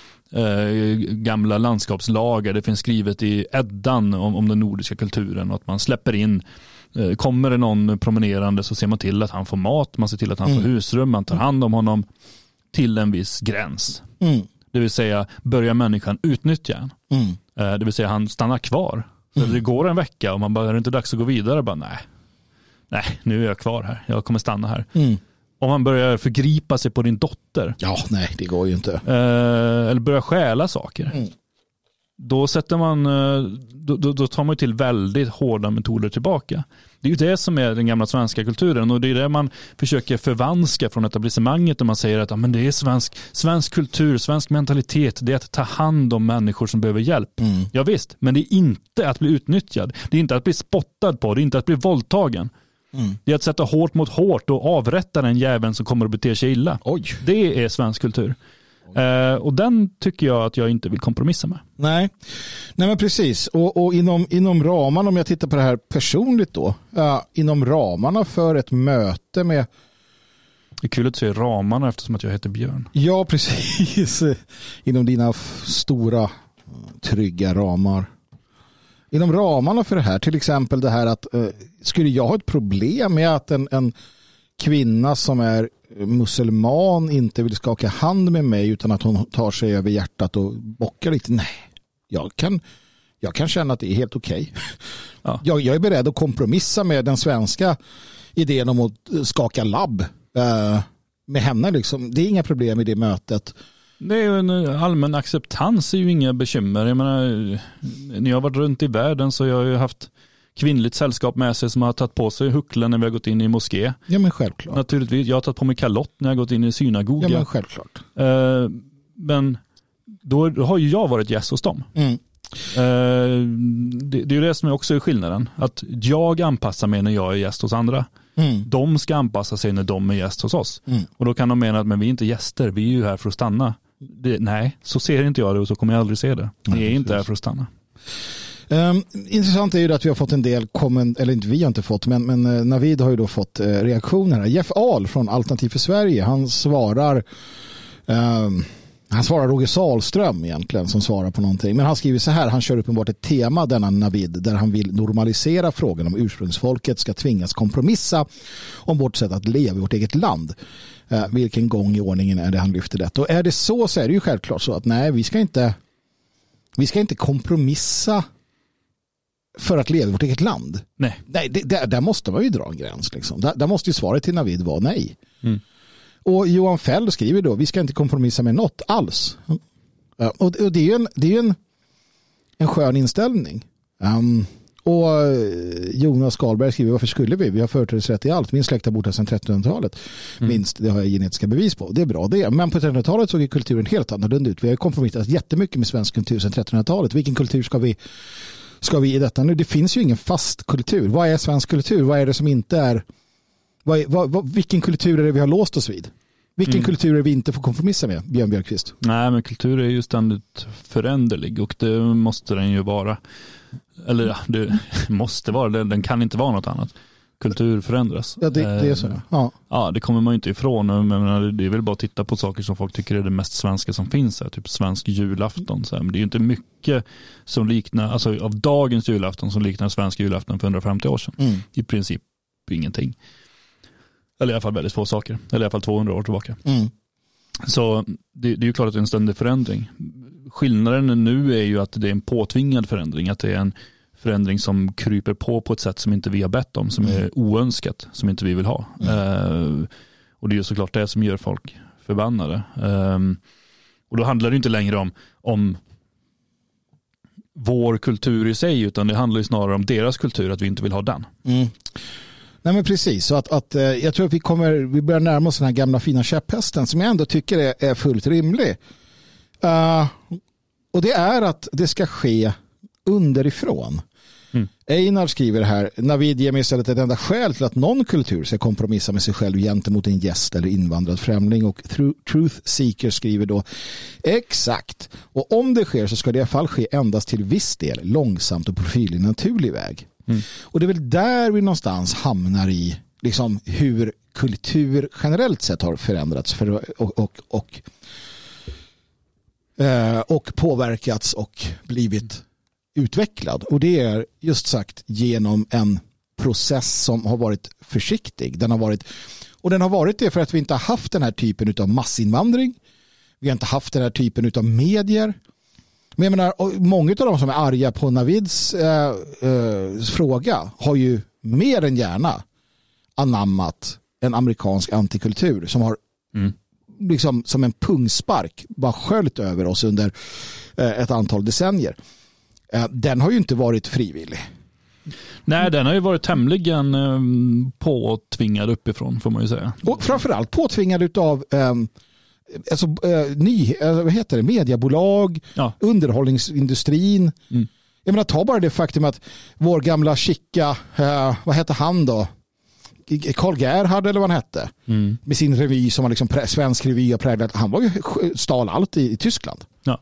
Speaker 2: gamla landskapslagar, det finns skrivet i Eddan om den nordiska kulturen, och att man släpper in, kommer det någon promenerande så ser man till att han får mat, man ser till att han får husrum, man tar hand om honom till en viss gräns. Det vill säga, börjar människan utnyttja en. Det vill säga, han stannar kvar. Så det går en vecka och man bara, är det inte dags att gå vidare? Bara, nej, nu är jag kvar här. Jag kommer stanna här. Om man börjar förgripa sig på din dotter.
Speaker 1: Ja, nej, det går ju inte.
Speaker 2: Eller börjar stjäla saker. Då sätter man, då tar man till väldigt hårda metoder tillbaka. Det är ju det som är den gamla svenska kulturen, och det är det man försöker förvanska från etablissemanget, när man säger att men det är svensk kultur, svensk mentalitet, det är att ta hand om människor som behöver hjälp. Ja visst, men det är inte att bli utnyttjad. Det är inte att bli spottad på, det är inte att bli våldtagen. Det är att sätta hårt mot hårt och avrätta den jäveln som kommer att bete sig illa.
Speaker 1: Oj.
Speaker 2: Det är svensk kultur. Och den tycker jag att jag inte vill kompromissa med.
Speaker 1: Nej men precis. Och inom ramarna, om jag tittar på det här personligt då, inom ramarna för ett möte med...
Speaker 2: Det är kul att säga ramarna eftersom att jag heter Björn.
Speaker 1: Ja, precis. Inom dina stora, trygga ramar. Inom ramarna för det här, till exempel det här att skulle jag ha ett problem med att en kvinna som är muselman inte vill skaka hand med mig utan att hon tar sig över hjärtat och bockar lite? Nej, jag kan känna att det är helt okej. Ja. Jag är beredd att kompromissa med den svenska idén om att skaka labb med henne. Liksom. Det är inga problem i det mötet.
Speaker 2: Det är ju en allmän acceptans, är ju inga bekymmer. Jag menar, när jag har varit runt i världen så jag har ju haft kvinnligt sällskap med sig som har tagit på sig hucklen när vi har gått in i moské. Ja, men självklart. Naturligtvis, jag har tagit på mig kalott när jag har gått in i synagoga.
Speaker 1: Ja, men självklart.
Speaker 2: Men då har ju jag varit gäst hos dem. Det är ju det som också är skillnaden. Att jag anpassar mig när jag är gäst hos andra. De ska anpassa sig när de är gäst hos oss. Och då kan de mena att men vi är inte gäster, vi är ju här för att stanna. Nej, så ser inte jag det och så kommer jag aldrig se det. Ni är inte här för att stanna.
Speaker 1: Intressant är ju att vi har fått en del eller inte vi har inte fått, men Navid har ju då fått reaktioner här. Jeff Ahl från Alternativ för Sverige, han svarar Roger Sahlström egentligen som svarar på någonting, men han skriver så här: han kör uppenbart ett tema, denna Navid, där han vill normalisera frågan om ursprungsfolket ska tvingas kompromissa om vårt sätt att leva i vårt eget land. Vilken gång i ordningen är det han lyfter detta? Och är det så är det ju självklart så att nej, vi ska inte kompromissa för att leva i vårt eget land. Nej, där måste man ju dra en gräns. Liksom. Där måste ju svaret till Navid vara nej. Och Johan Fell skriver då, vi ska inte kompromissa med något alls. Och det är ju en skön inställning. Och Jonas Karlberg skriver, varför skulle vi? Vi har företrädesrätt i allt. Min släkt har bott här sedan 1300-talet. Minst, det har jag genetiska bevis på. Det är bra det. Men på 1300-talet såg kulturen helt annorlunda ut. Vi har kompromissat jättemycket med svensk kultur sedan 1300-talet. Vilken kultur ska vi i detta nu? Det finns ju ingen fast kultur. Vad är svensk kultur? Vad är det som inte är... Vilken kultur är det vi har låst oss vid? Vilken kultur är vi inte får kompromissa med, Björn Björkqvist?
Speaker 2: Nej, men kultur är ju ständigt föränderlig och det måste den ju vara. Eller ja, det måste vara. Den kan inte vara något annat. Kultur förändras.
Speaker 1: Ja, det är så.
Speaker 2: Ja, det kommer man ju inte ifrån. Men det är väl bara att titta på saker som folk tycker är det mest svenska som finns. Typ svensk julafton. Men det är ju inte mycket som liknar, alltså av dagens julafton som liknar svensk julafton för 150 år sedan. I princip ingenting. Eller i alla fall väldigt få saker. Eller i alla fall 200 år tillbaka. Så det är ju klart att det är en ständig förändring. Skillnaden nu är ju att det är en påtvingad förändring, att det är en förändring som kryper på ett sätt som inte vi har bett om, som är oönskat, som inte vi vill ha. Och det är ju såklart det som gör folk förbannade. Och då handlar det inte längre om vår kultur i sig, utan det handlar ju snarare om deras kultur, att vi inte vill ha den.
Speaker 1: Nej, men precis, så att jag tror att vi börjar närma oss den här gamla fina käpphästen som jag ändå tycker är fullt rimlig. Och det är att det ska ske underifrån. Einar skriver här: Navid ger mig istället ett enda skäl till att någon kultur ska kompromissa med sig själv gentemot en gäst eller invandrad främling. Och Truth Seeker skriver då: exakt. Och om det sker så ska det i alla fall ske endast till viss del, långsamt och på en naturlig väg. Och det är väl där vi någonstans hamnar i liksom hur kultur generellt sett har förändrats och påverkats och blivit utvecklad. Och det är just sagt genom en process som har varit försiktig. Den har varit det för att vi inte har haft den här typen av massinvandring. Vi har inte haft den här typen av medier. Men jag menar, många av de som är arga på Navids fråga har ju mer än gärna anammat en amerikansk antikultur som har liksom som en pungspark bara sköljt över oss under ett antal decennier. Den har ju inte varit frivillig.
Speaker 3: Nej, den har ju varit tämligen påtvingad uppifrån, får man ju säga.
Speaker 1: Och framförallt påtvingad utav vad heter det? Mediebolag, underhållningsindustrin. Jag menar, ta bara det faktum att vår gamla chicka, vad hette han då? Karl Gerhard eller vad han hette. Med sin revy som var liksom svensk revy och präglat. Han var ju stal allt i Tyskland. Ja.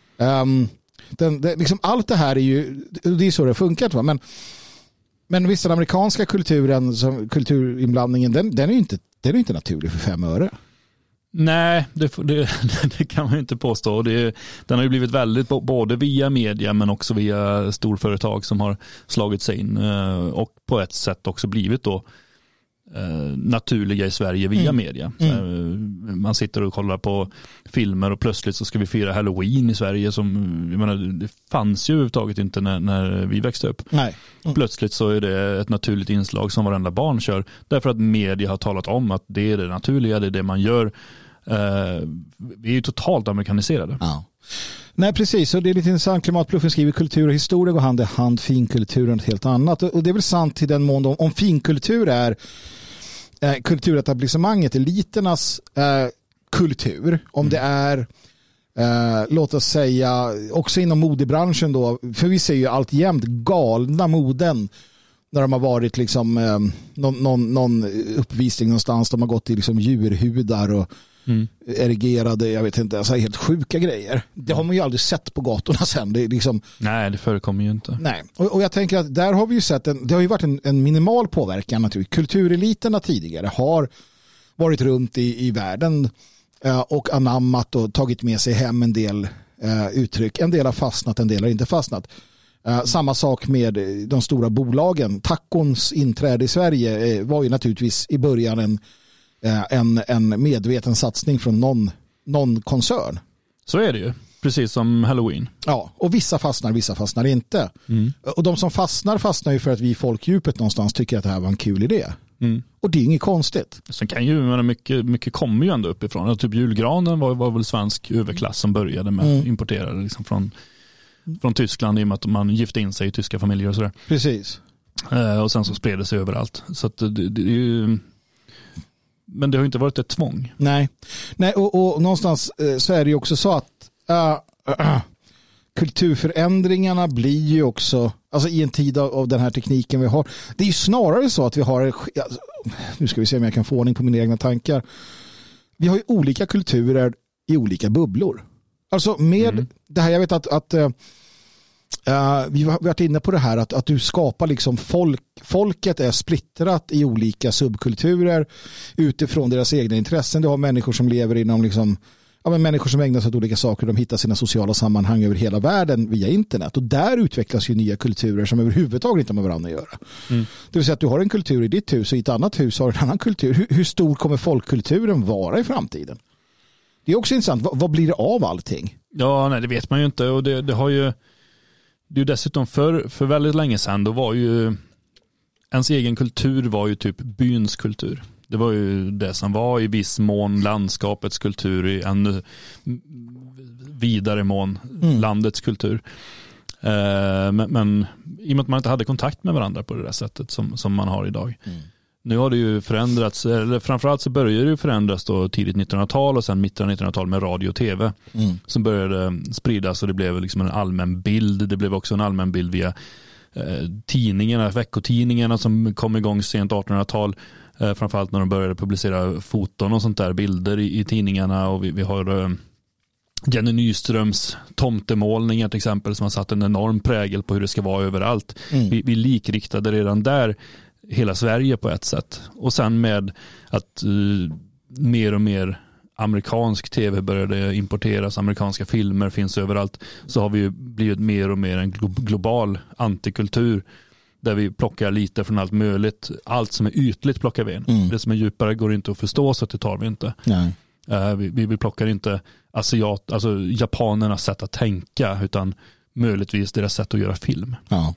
Speaker 1: Liksom allt det här är ju, det är så det funkar, va? Men visst, den amerikanska kulturen, kulturinblandningen, den är ju inte naturlig för 5 öre.
Speaker 3: Nej, det kan man ju inte påstå. Den har ju blivit väldigt, både via media men också via storföretag som har slagit sig in och på ett sätt också blivit då naturliga i Sverige via media. Man sitter och kollar på filmer och plötsligt så ska vi fira Halloween i Sverige som, jag menar, det fanns ju överhuvudtaget inte när vi växte upp. Nej. Plötsligt så är det ett naturligt inslag som varenda barn kör därför att media har talat om att det är det naturliga, det är det man gör. Vi är ju totalt amerikaniserade. Ja.
Speaker 1: Nej, precis. Och det är lite intressant. Klimatbluffen skriver: kultur och historia går hand i hand, finkultur är något helt annat. Och det är väl sant i den mån om finkultur är kulturetablissemanget, eliternas kultur. Om det är låt oss säga också inom modebranschen då, för vi ser ju alltjämt galna moden när de har varit liksom någon uppvisning någonstans, de har gått i liksom djurhudar och erigerade, jag vet inte, alltså helt sjuka grejer. Det har man ju aldrig sett på gatorna sen. Det är liksom,
Speaker 3: nej, det förekommer ju inte.
Speaker 1: Nej, och jag tänker att där har vi ju sett det har ju varit en minimal påverkan naturligtvis. Kultureliterna tidigare har varit runt i världen och anammat och tagit med sig hem en del uttryck. En del har fastnat, en del har inte fastnat. Samma sak med de stora bolagen. Tacons inträde i Sverige var ju naturligtvis i början en medveten satsning från någon koncern.
Speaker 3: Så är det ju. Precis som Halloween.
Speaker 1: Ja, och vissa fastnar inte. Och de som fastnar ju för att vi i folkdjupet någonstans tycker att det här var en kul idé. Och det är inget konstigt.
Speaker 3: Sen kan ju, mycket kommer ju ändå uppifrån. Typ julgranen var väl svensk överklass som började med importerade liksom från Tyskland i och med att man gifte in sig i tyska familjer och sådär.
Speaker 1: Precis.
Speaker 3: Och sen så spred det sig överallt. Så att det är ju... Men det har inte varit ett tvång.
Speaker 1: Nej, och någonstans så är det ju också så att kulturförändringarna blir ju också, alltså i en tid av den här tekniken vi har, det är ju snarare så att vi har, nu ska vi se om jag kan få ordning på mina egna tankar, vi har ju olika kulturer i olika bubblor. Alltså med det här, jag vet att vi har varit inne på det här att du skapar liksom folket är splittrat i olika subkulturer utifrån deras egna intressen. Du har människor som lever inom liksom, människor som ägnar sig åt olika saker, de hittar sina sociala sammanhang över hela världen via internet, och där utvecklas ju nya kulturer som överhuvudtaget inte har med varandra att göra. Det vill säga att du har en kultur i ditt hus och i ett annat hus har du en annan kultur. Hur stor kommer folkkulturen vara i framtiden? Det är också intressant. Vad blir det av allting?
Speaker 3: Ja, nej, det vet man ju inte. Och det har ju, det är ju dessutom för väldigt länge sedan, då var ju ens egen kultur var ju typ byns kultur. Det var ju det som var i viss mån landskapets kultur, i ännu vidare mån landets kultur. Men i och med att man inte hade kontakt med varandra på det där sättet som man har idag. Nu har det ju förändrats, eller framförallt så började det ju förändras då tidigt 1900-tal och sen mitten av 1900-tal med radio och tv som började spridas, och det blev liksom en allmän bild. Det blev också en allmän bild via tidningarna, veckotidningarna som kom igång sent 1800-tal, framförallt när de började publicera foton och sånt där, bilder i tidningarna, och vi har Jenny Nyströms tomtemålningar till exempel som har satt en enorm prägel på hur det ska vara överallt. Vi likriktade redan där hela Sverige på ett sätt. Och sen med att mer och mer amerikansk tv började importeras, amerikanska filmer finns överallt, så har vi ju blivit mer och mer en global antikultur där vi plockar lite från allt möjligt. Allt som är ytligt plockar vi in. Det som är djupare går inte att förstå, så det tar vi inte.
Speaker 1: Nej.
Speaker 3: Vi plockar inte alltså japanernas sätt att tänka, utan möjligtvis deras sätt att göra film.
Speaker 1: Ja.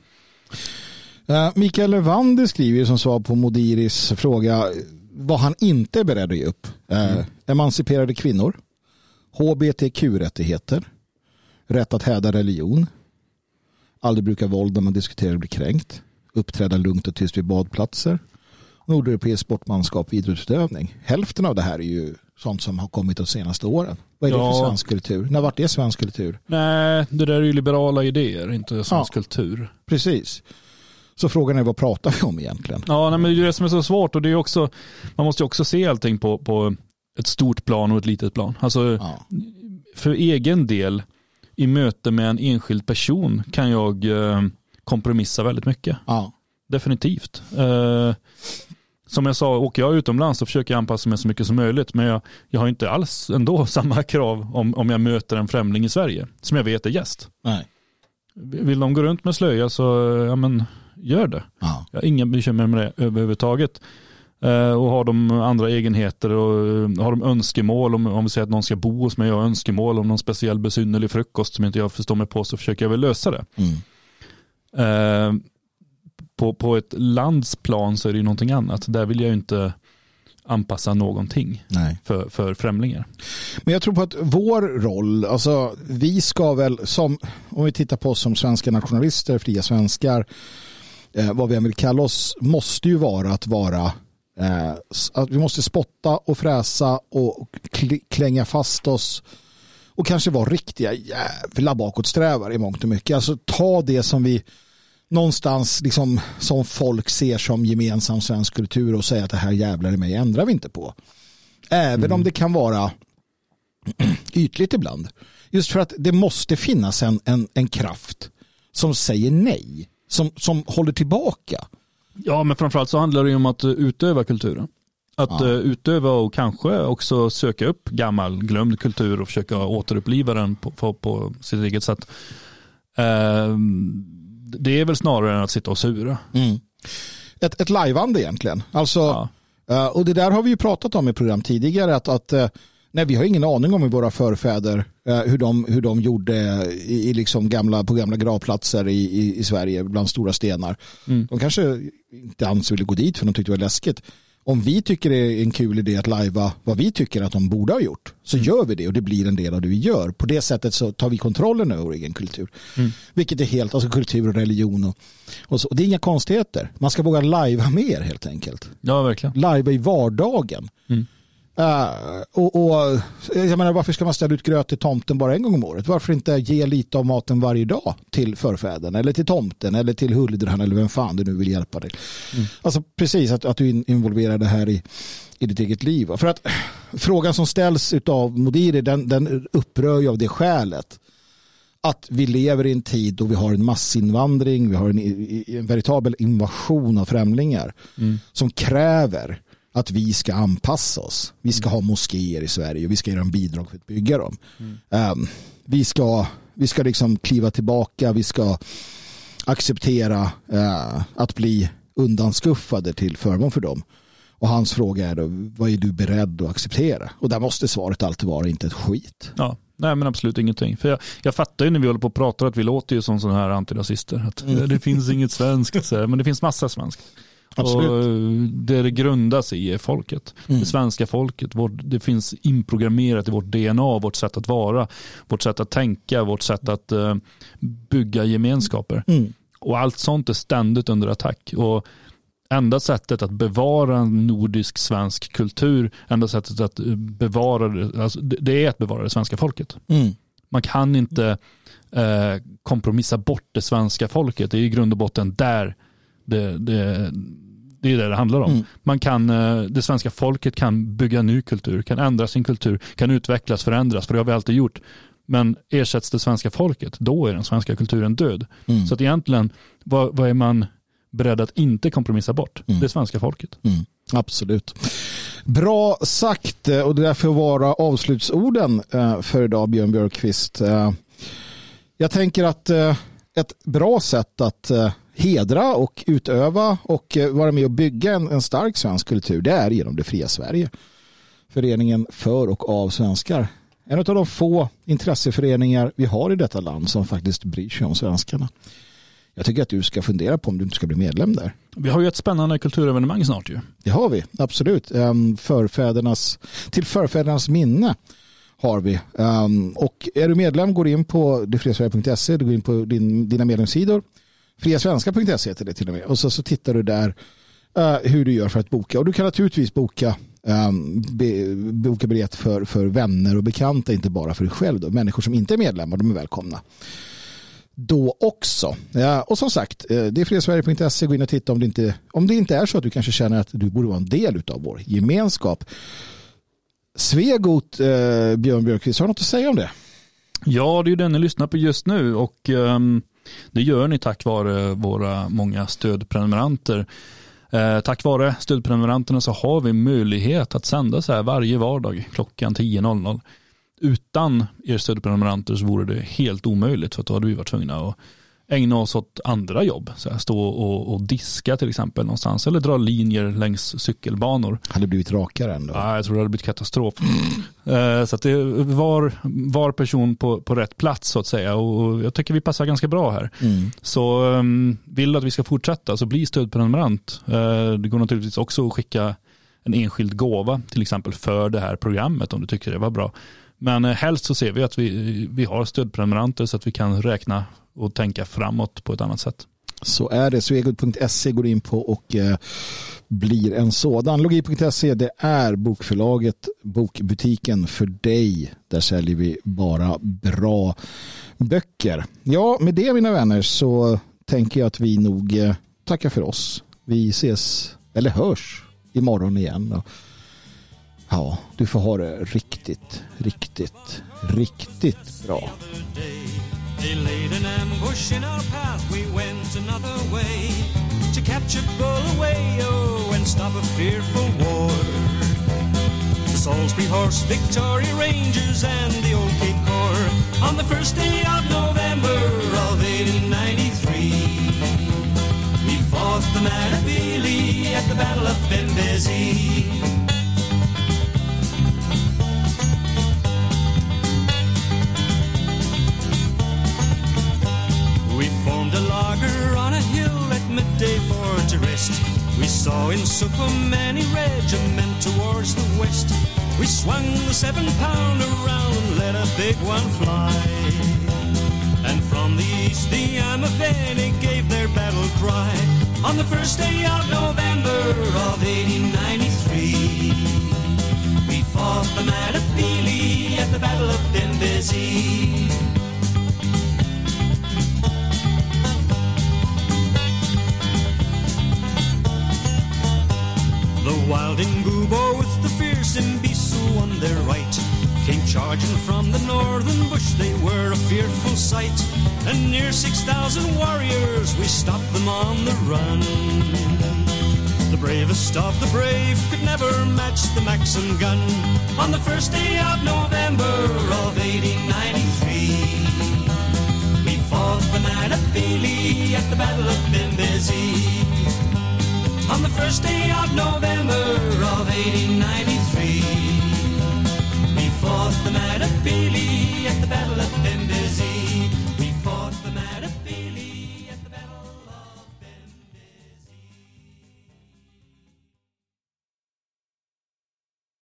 Speaker 1: Mikael Levander skriver som svar på Modiris fråga vad han inte är beredd att ge upp. Emanciperade kvinnor, HBTQ-rättigheter, rätt att häda religion, aldrig bruka våld när man diskuterar och blir kränkt, uppträda lugnt och tyst vid badplatser, nordeuropeisk sportmanskap och idrottsutövning. Hälften av det här är ju sånt som har kommit de senaste åren. Vad är det för svensk kultur? När vart det svensk kultur? Nej,
Speaker 3: det där är ju liberala idéer, inte svensk kultur.
Speaker 1: Precis. Så frågan är, vad pratar vi om egentligen?
Speaker 3: Ja, nej, men det är det som är så svårt, och det är också, man måste ju också se allting på ett stort plan och ett litet plan. Alltså för egen del i möte med en enskild person kan jag kompromissa väldigt mycket. Ja. Definitivt. Som jag sa, åker jag utomlands så försöker jag anpassa mig så mycket som möjligt, men jag har inte alls ändå samma krav om jag möter en främling i Sverige som jag vet är gäst. Nej. Vill de gå runt med slöja så ja, men gör det. Ja. Jag har inga bekymmer med det överhuvudtaget. Och har de andra egenheter och har de önskemål om vi säger att någon ska bo hos mig och önskemål om någon speciell besynnerlig frukost som inte jag förstår mig på, så försöker jag väl lösa det. På ett landsplan så är det ju någonting annat. Där vill jag inte anpassa någonting för främlingar.
Speaker 1: Men jag tror på att vår roll, alltså vi ska väl, som om vi tittar på oss som svenska nationalister, fria svenskar, vad vi vill kalla oss, måste ju vara att vi måste spotta och fräsa och klänga fast oss och kanske vara riktiga jävla bakåtsträvare i mångt och mycket. Alltså ta det som vi någonstans liksom som folk ser som gemensam svensk kultur och säga att det här jävlar i mig ändrar vi inte på. Även om det kan vara ytligt ibland. Just för att det måste finnas en kraft som säger nej. Som håller tillbaka.
Speaker 3: Ja, men framförallt så handlar det ju om att utöva kulturen. Att utöva och kanske också söka upp gammal glömd kultur och försöka återuppliva den på sitt eget sätt. Det är väl snarare än att sitta och sura.
Speaker 1: Ett liveande egentligen. Alltså, och det där har vi ju pratat om i program tidigare. Att nej, vi har ingen aning om hur våra förfäder, hur de gjorde i liksom på gamla gravplatser i Sverige bland stora stenar. De kanske inte alls ville gå dit för de tyckte det var läskigt. Om vi tycker det är en kul idé att lajva vad vi tycker att de borde ha gjort, så gör vi det och det blir en del av det vi gör. På det sättet så tar vi kontrollen över vår egen kultur. Vilket är helt, alltså kultur och religion och så. Och det är inga konstigheter. Man ska våga lajva mer helt enkelt.
Speaker 3: Ja, verkligen.
Speaker 1: Lajva i vardagen. Och jag menar, varför ska man ställa ut gröt till tomten bara en gång om året? Varför inte ge lite av maten varje dag till förfäderna eller till tomten eller till huldran eller vem fan du nu vill hjälpa dig. Alltså precis att du involverar det här i ditt eget liv. För att frågan som ställs av Modiri, den upprör ju av det skälet att vi lever i en tid då vi har en massinvandring, vi har en veritabel invasion av främlingar som kräver att vi ska anpassa oss. Vi ska ha moskéer i Sverige och vi ska göra en bidrag för att bygga dem. Vi ska liksom kliva tillbaka, vi ska acceptera att bli undanskuffade till förmån för dem. Och hans fråga är då, vad är du beredd att acceptera? Och där måste svaret alltid vara inte ett skit.
Speaker 3: Ja,
Speaker 2: Nej, men absolut ingenting. För jag fattar ju när vi håller på och pratar att vi låter ju som sådana här antirasister. Att det finns inget svenskt, så här, men det finns massa svenskt. Absolut. Och det grundas i är folket. Det svenska folket. Det finns inprogrammerat i vårt DNA, vårt sätt att vara, vårt sätt att tänka, vårt sätt att bygga gemenskaper. Och allt sånt är ständigt under attack. Och enda sättet att bevara en nordisk svensk kultur, enda sättet att bevara det, alltså det är att bevara det svenska folket. Man kan inte kompromissa bort det svenska folket. Det är i grund och botten där det är det handlar om. Man kan, det svenska folket kan bygga ny kultur, kan ändra sin kultur, kan utvecklas, förändras, för det har vi alltid gjort. Men ersätts det svenska folket, då är den svenska kulturen död. Så att egentligen, vad är man beredd att inte kompromissa bort? Det svenska folket.
Speaker 1: Absolut. Bra sagt, och det där får vara avslutsorden för idag, Björn Björkqvist. Jag tänker att ett bra sätt att hedra och utöva och vara med och bygga en stark svensk kultur, det är genom Det fria Sverige. Föreningen för och av svenskar. En av de få intresseföreningar vi har i detta land som faktiskt bryr sig om svenskarna. Jag tycker att du ska fundera på om du inte ska bli medlem där.
Speaker 2: Vi har ju ett spännande kulturevenemang snart ju.
Speaker 1: Det har vi, absolut. Till förfädernas minne har vi. Och är du medlem, går in på detfriasverige.se, du går in på dina medlemssidor. friasvenska.se heter det till och med. Och så tittar du där hur du gör för att boka. Och du kan naturligtvis boka biljett för vänner och bekanta, inte bara för dig själv då. Människor som inte är medlemmar, de är välkomna då också. Ja, och som sagt, det är friasverige.se, gå in och titta om det inte är så att du kanske känner att du borde vara en del av vår gemenskap. Svegot, Björn Björkqvist, har något att säga om det?
Speaker 2: Ja, det är ju den ni lyssnar på just nu, och det gör ni tack vare våra många stödprenumeranter. Tack vare stödprenumeranterna så har vi möjlighet att sända så här varje vardag klockan 10.00. Utan er stödprenumeranter så vore det helt omöjligt, för att då hade vi varit tvungna att ägna oss åt andra jobb. Så här, stå och diska till exempel någonstans, eller dra linjer längs cykelbanor.
Speaker 1: Hade det blivit rakare ändå?
Speaker 2: Ja, jag tror det hade blivit katastrof. Så att det var person på rätt plats så att säga, och jag tycker vi passar ganska bra här. Så vill du att vi ska fortsätta, så bli stödprenumerant. Det går naturligtvis också att skicka en enskild gåva till exempel för det här programmet om du tycker det var bra. Men helst så ser vi att vi har stödprenumeranter så att vi kan räkna och tänka framåt på ett annat sätt.
Speaker 1: Så är det. Svegot.se går in på och blir en sådan. Logi.se, det är bokförlaget, bokbutiken för dig. Där säljer vi bara bra böcker. Ja, med det mina vänner så tänker jag att vi nog tackar för oss. Vi ses, eller hörs, imorgon igen. Och ja, du får ha det riktigt, riktigt, riktigt bra.
Speaker 4: They laid an ambush in our path, we went another way to capture Bulawayo and stop a fearful war. The Salisbury Horse, Victoria Rangers and the Old Cape Corps on the first day of November of 1893. We fought the Matabele at the Battle of Benbezi. We formed a lager on a hill at midday for to rest. We saw in Sukhum many regiment towards the west. We swung the 7-pound around and let a big one fly. And from the east the Amaveni gave their battle cry on the first day of November of 1893. We fought the Matabele at the Battle of Benbezi. The wild Ngubo with the fierce Mbisu on their right came charging from the northern bush. They were a fearful sight, and near 6,000 warriors we stopped them on the run. The bravest of the brave could never match the Maxim gun on the first day of November of 1893. We fought the Matabele at the Battle of Benbezi. On the first day of November of 1893, we fought the Matabele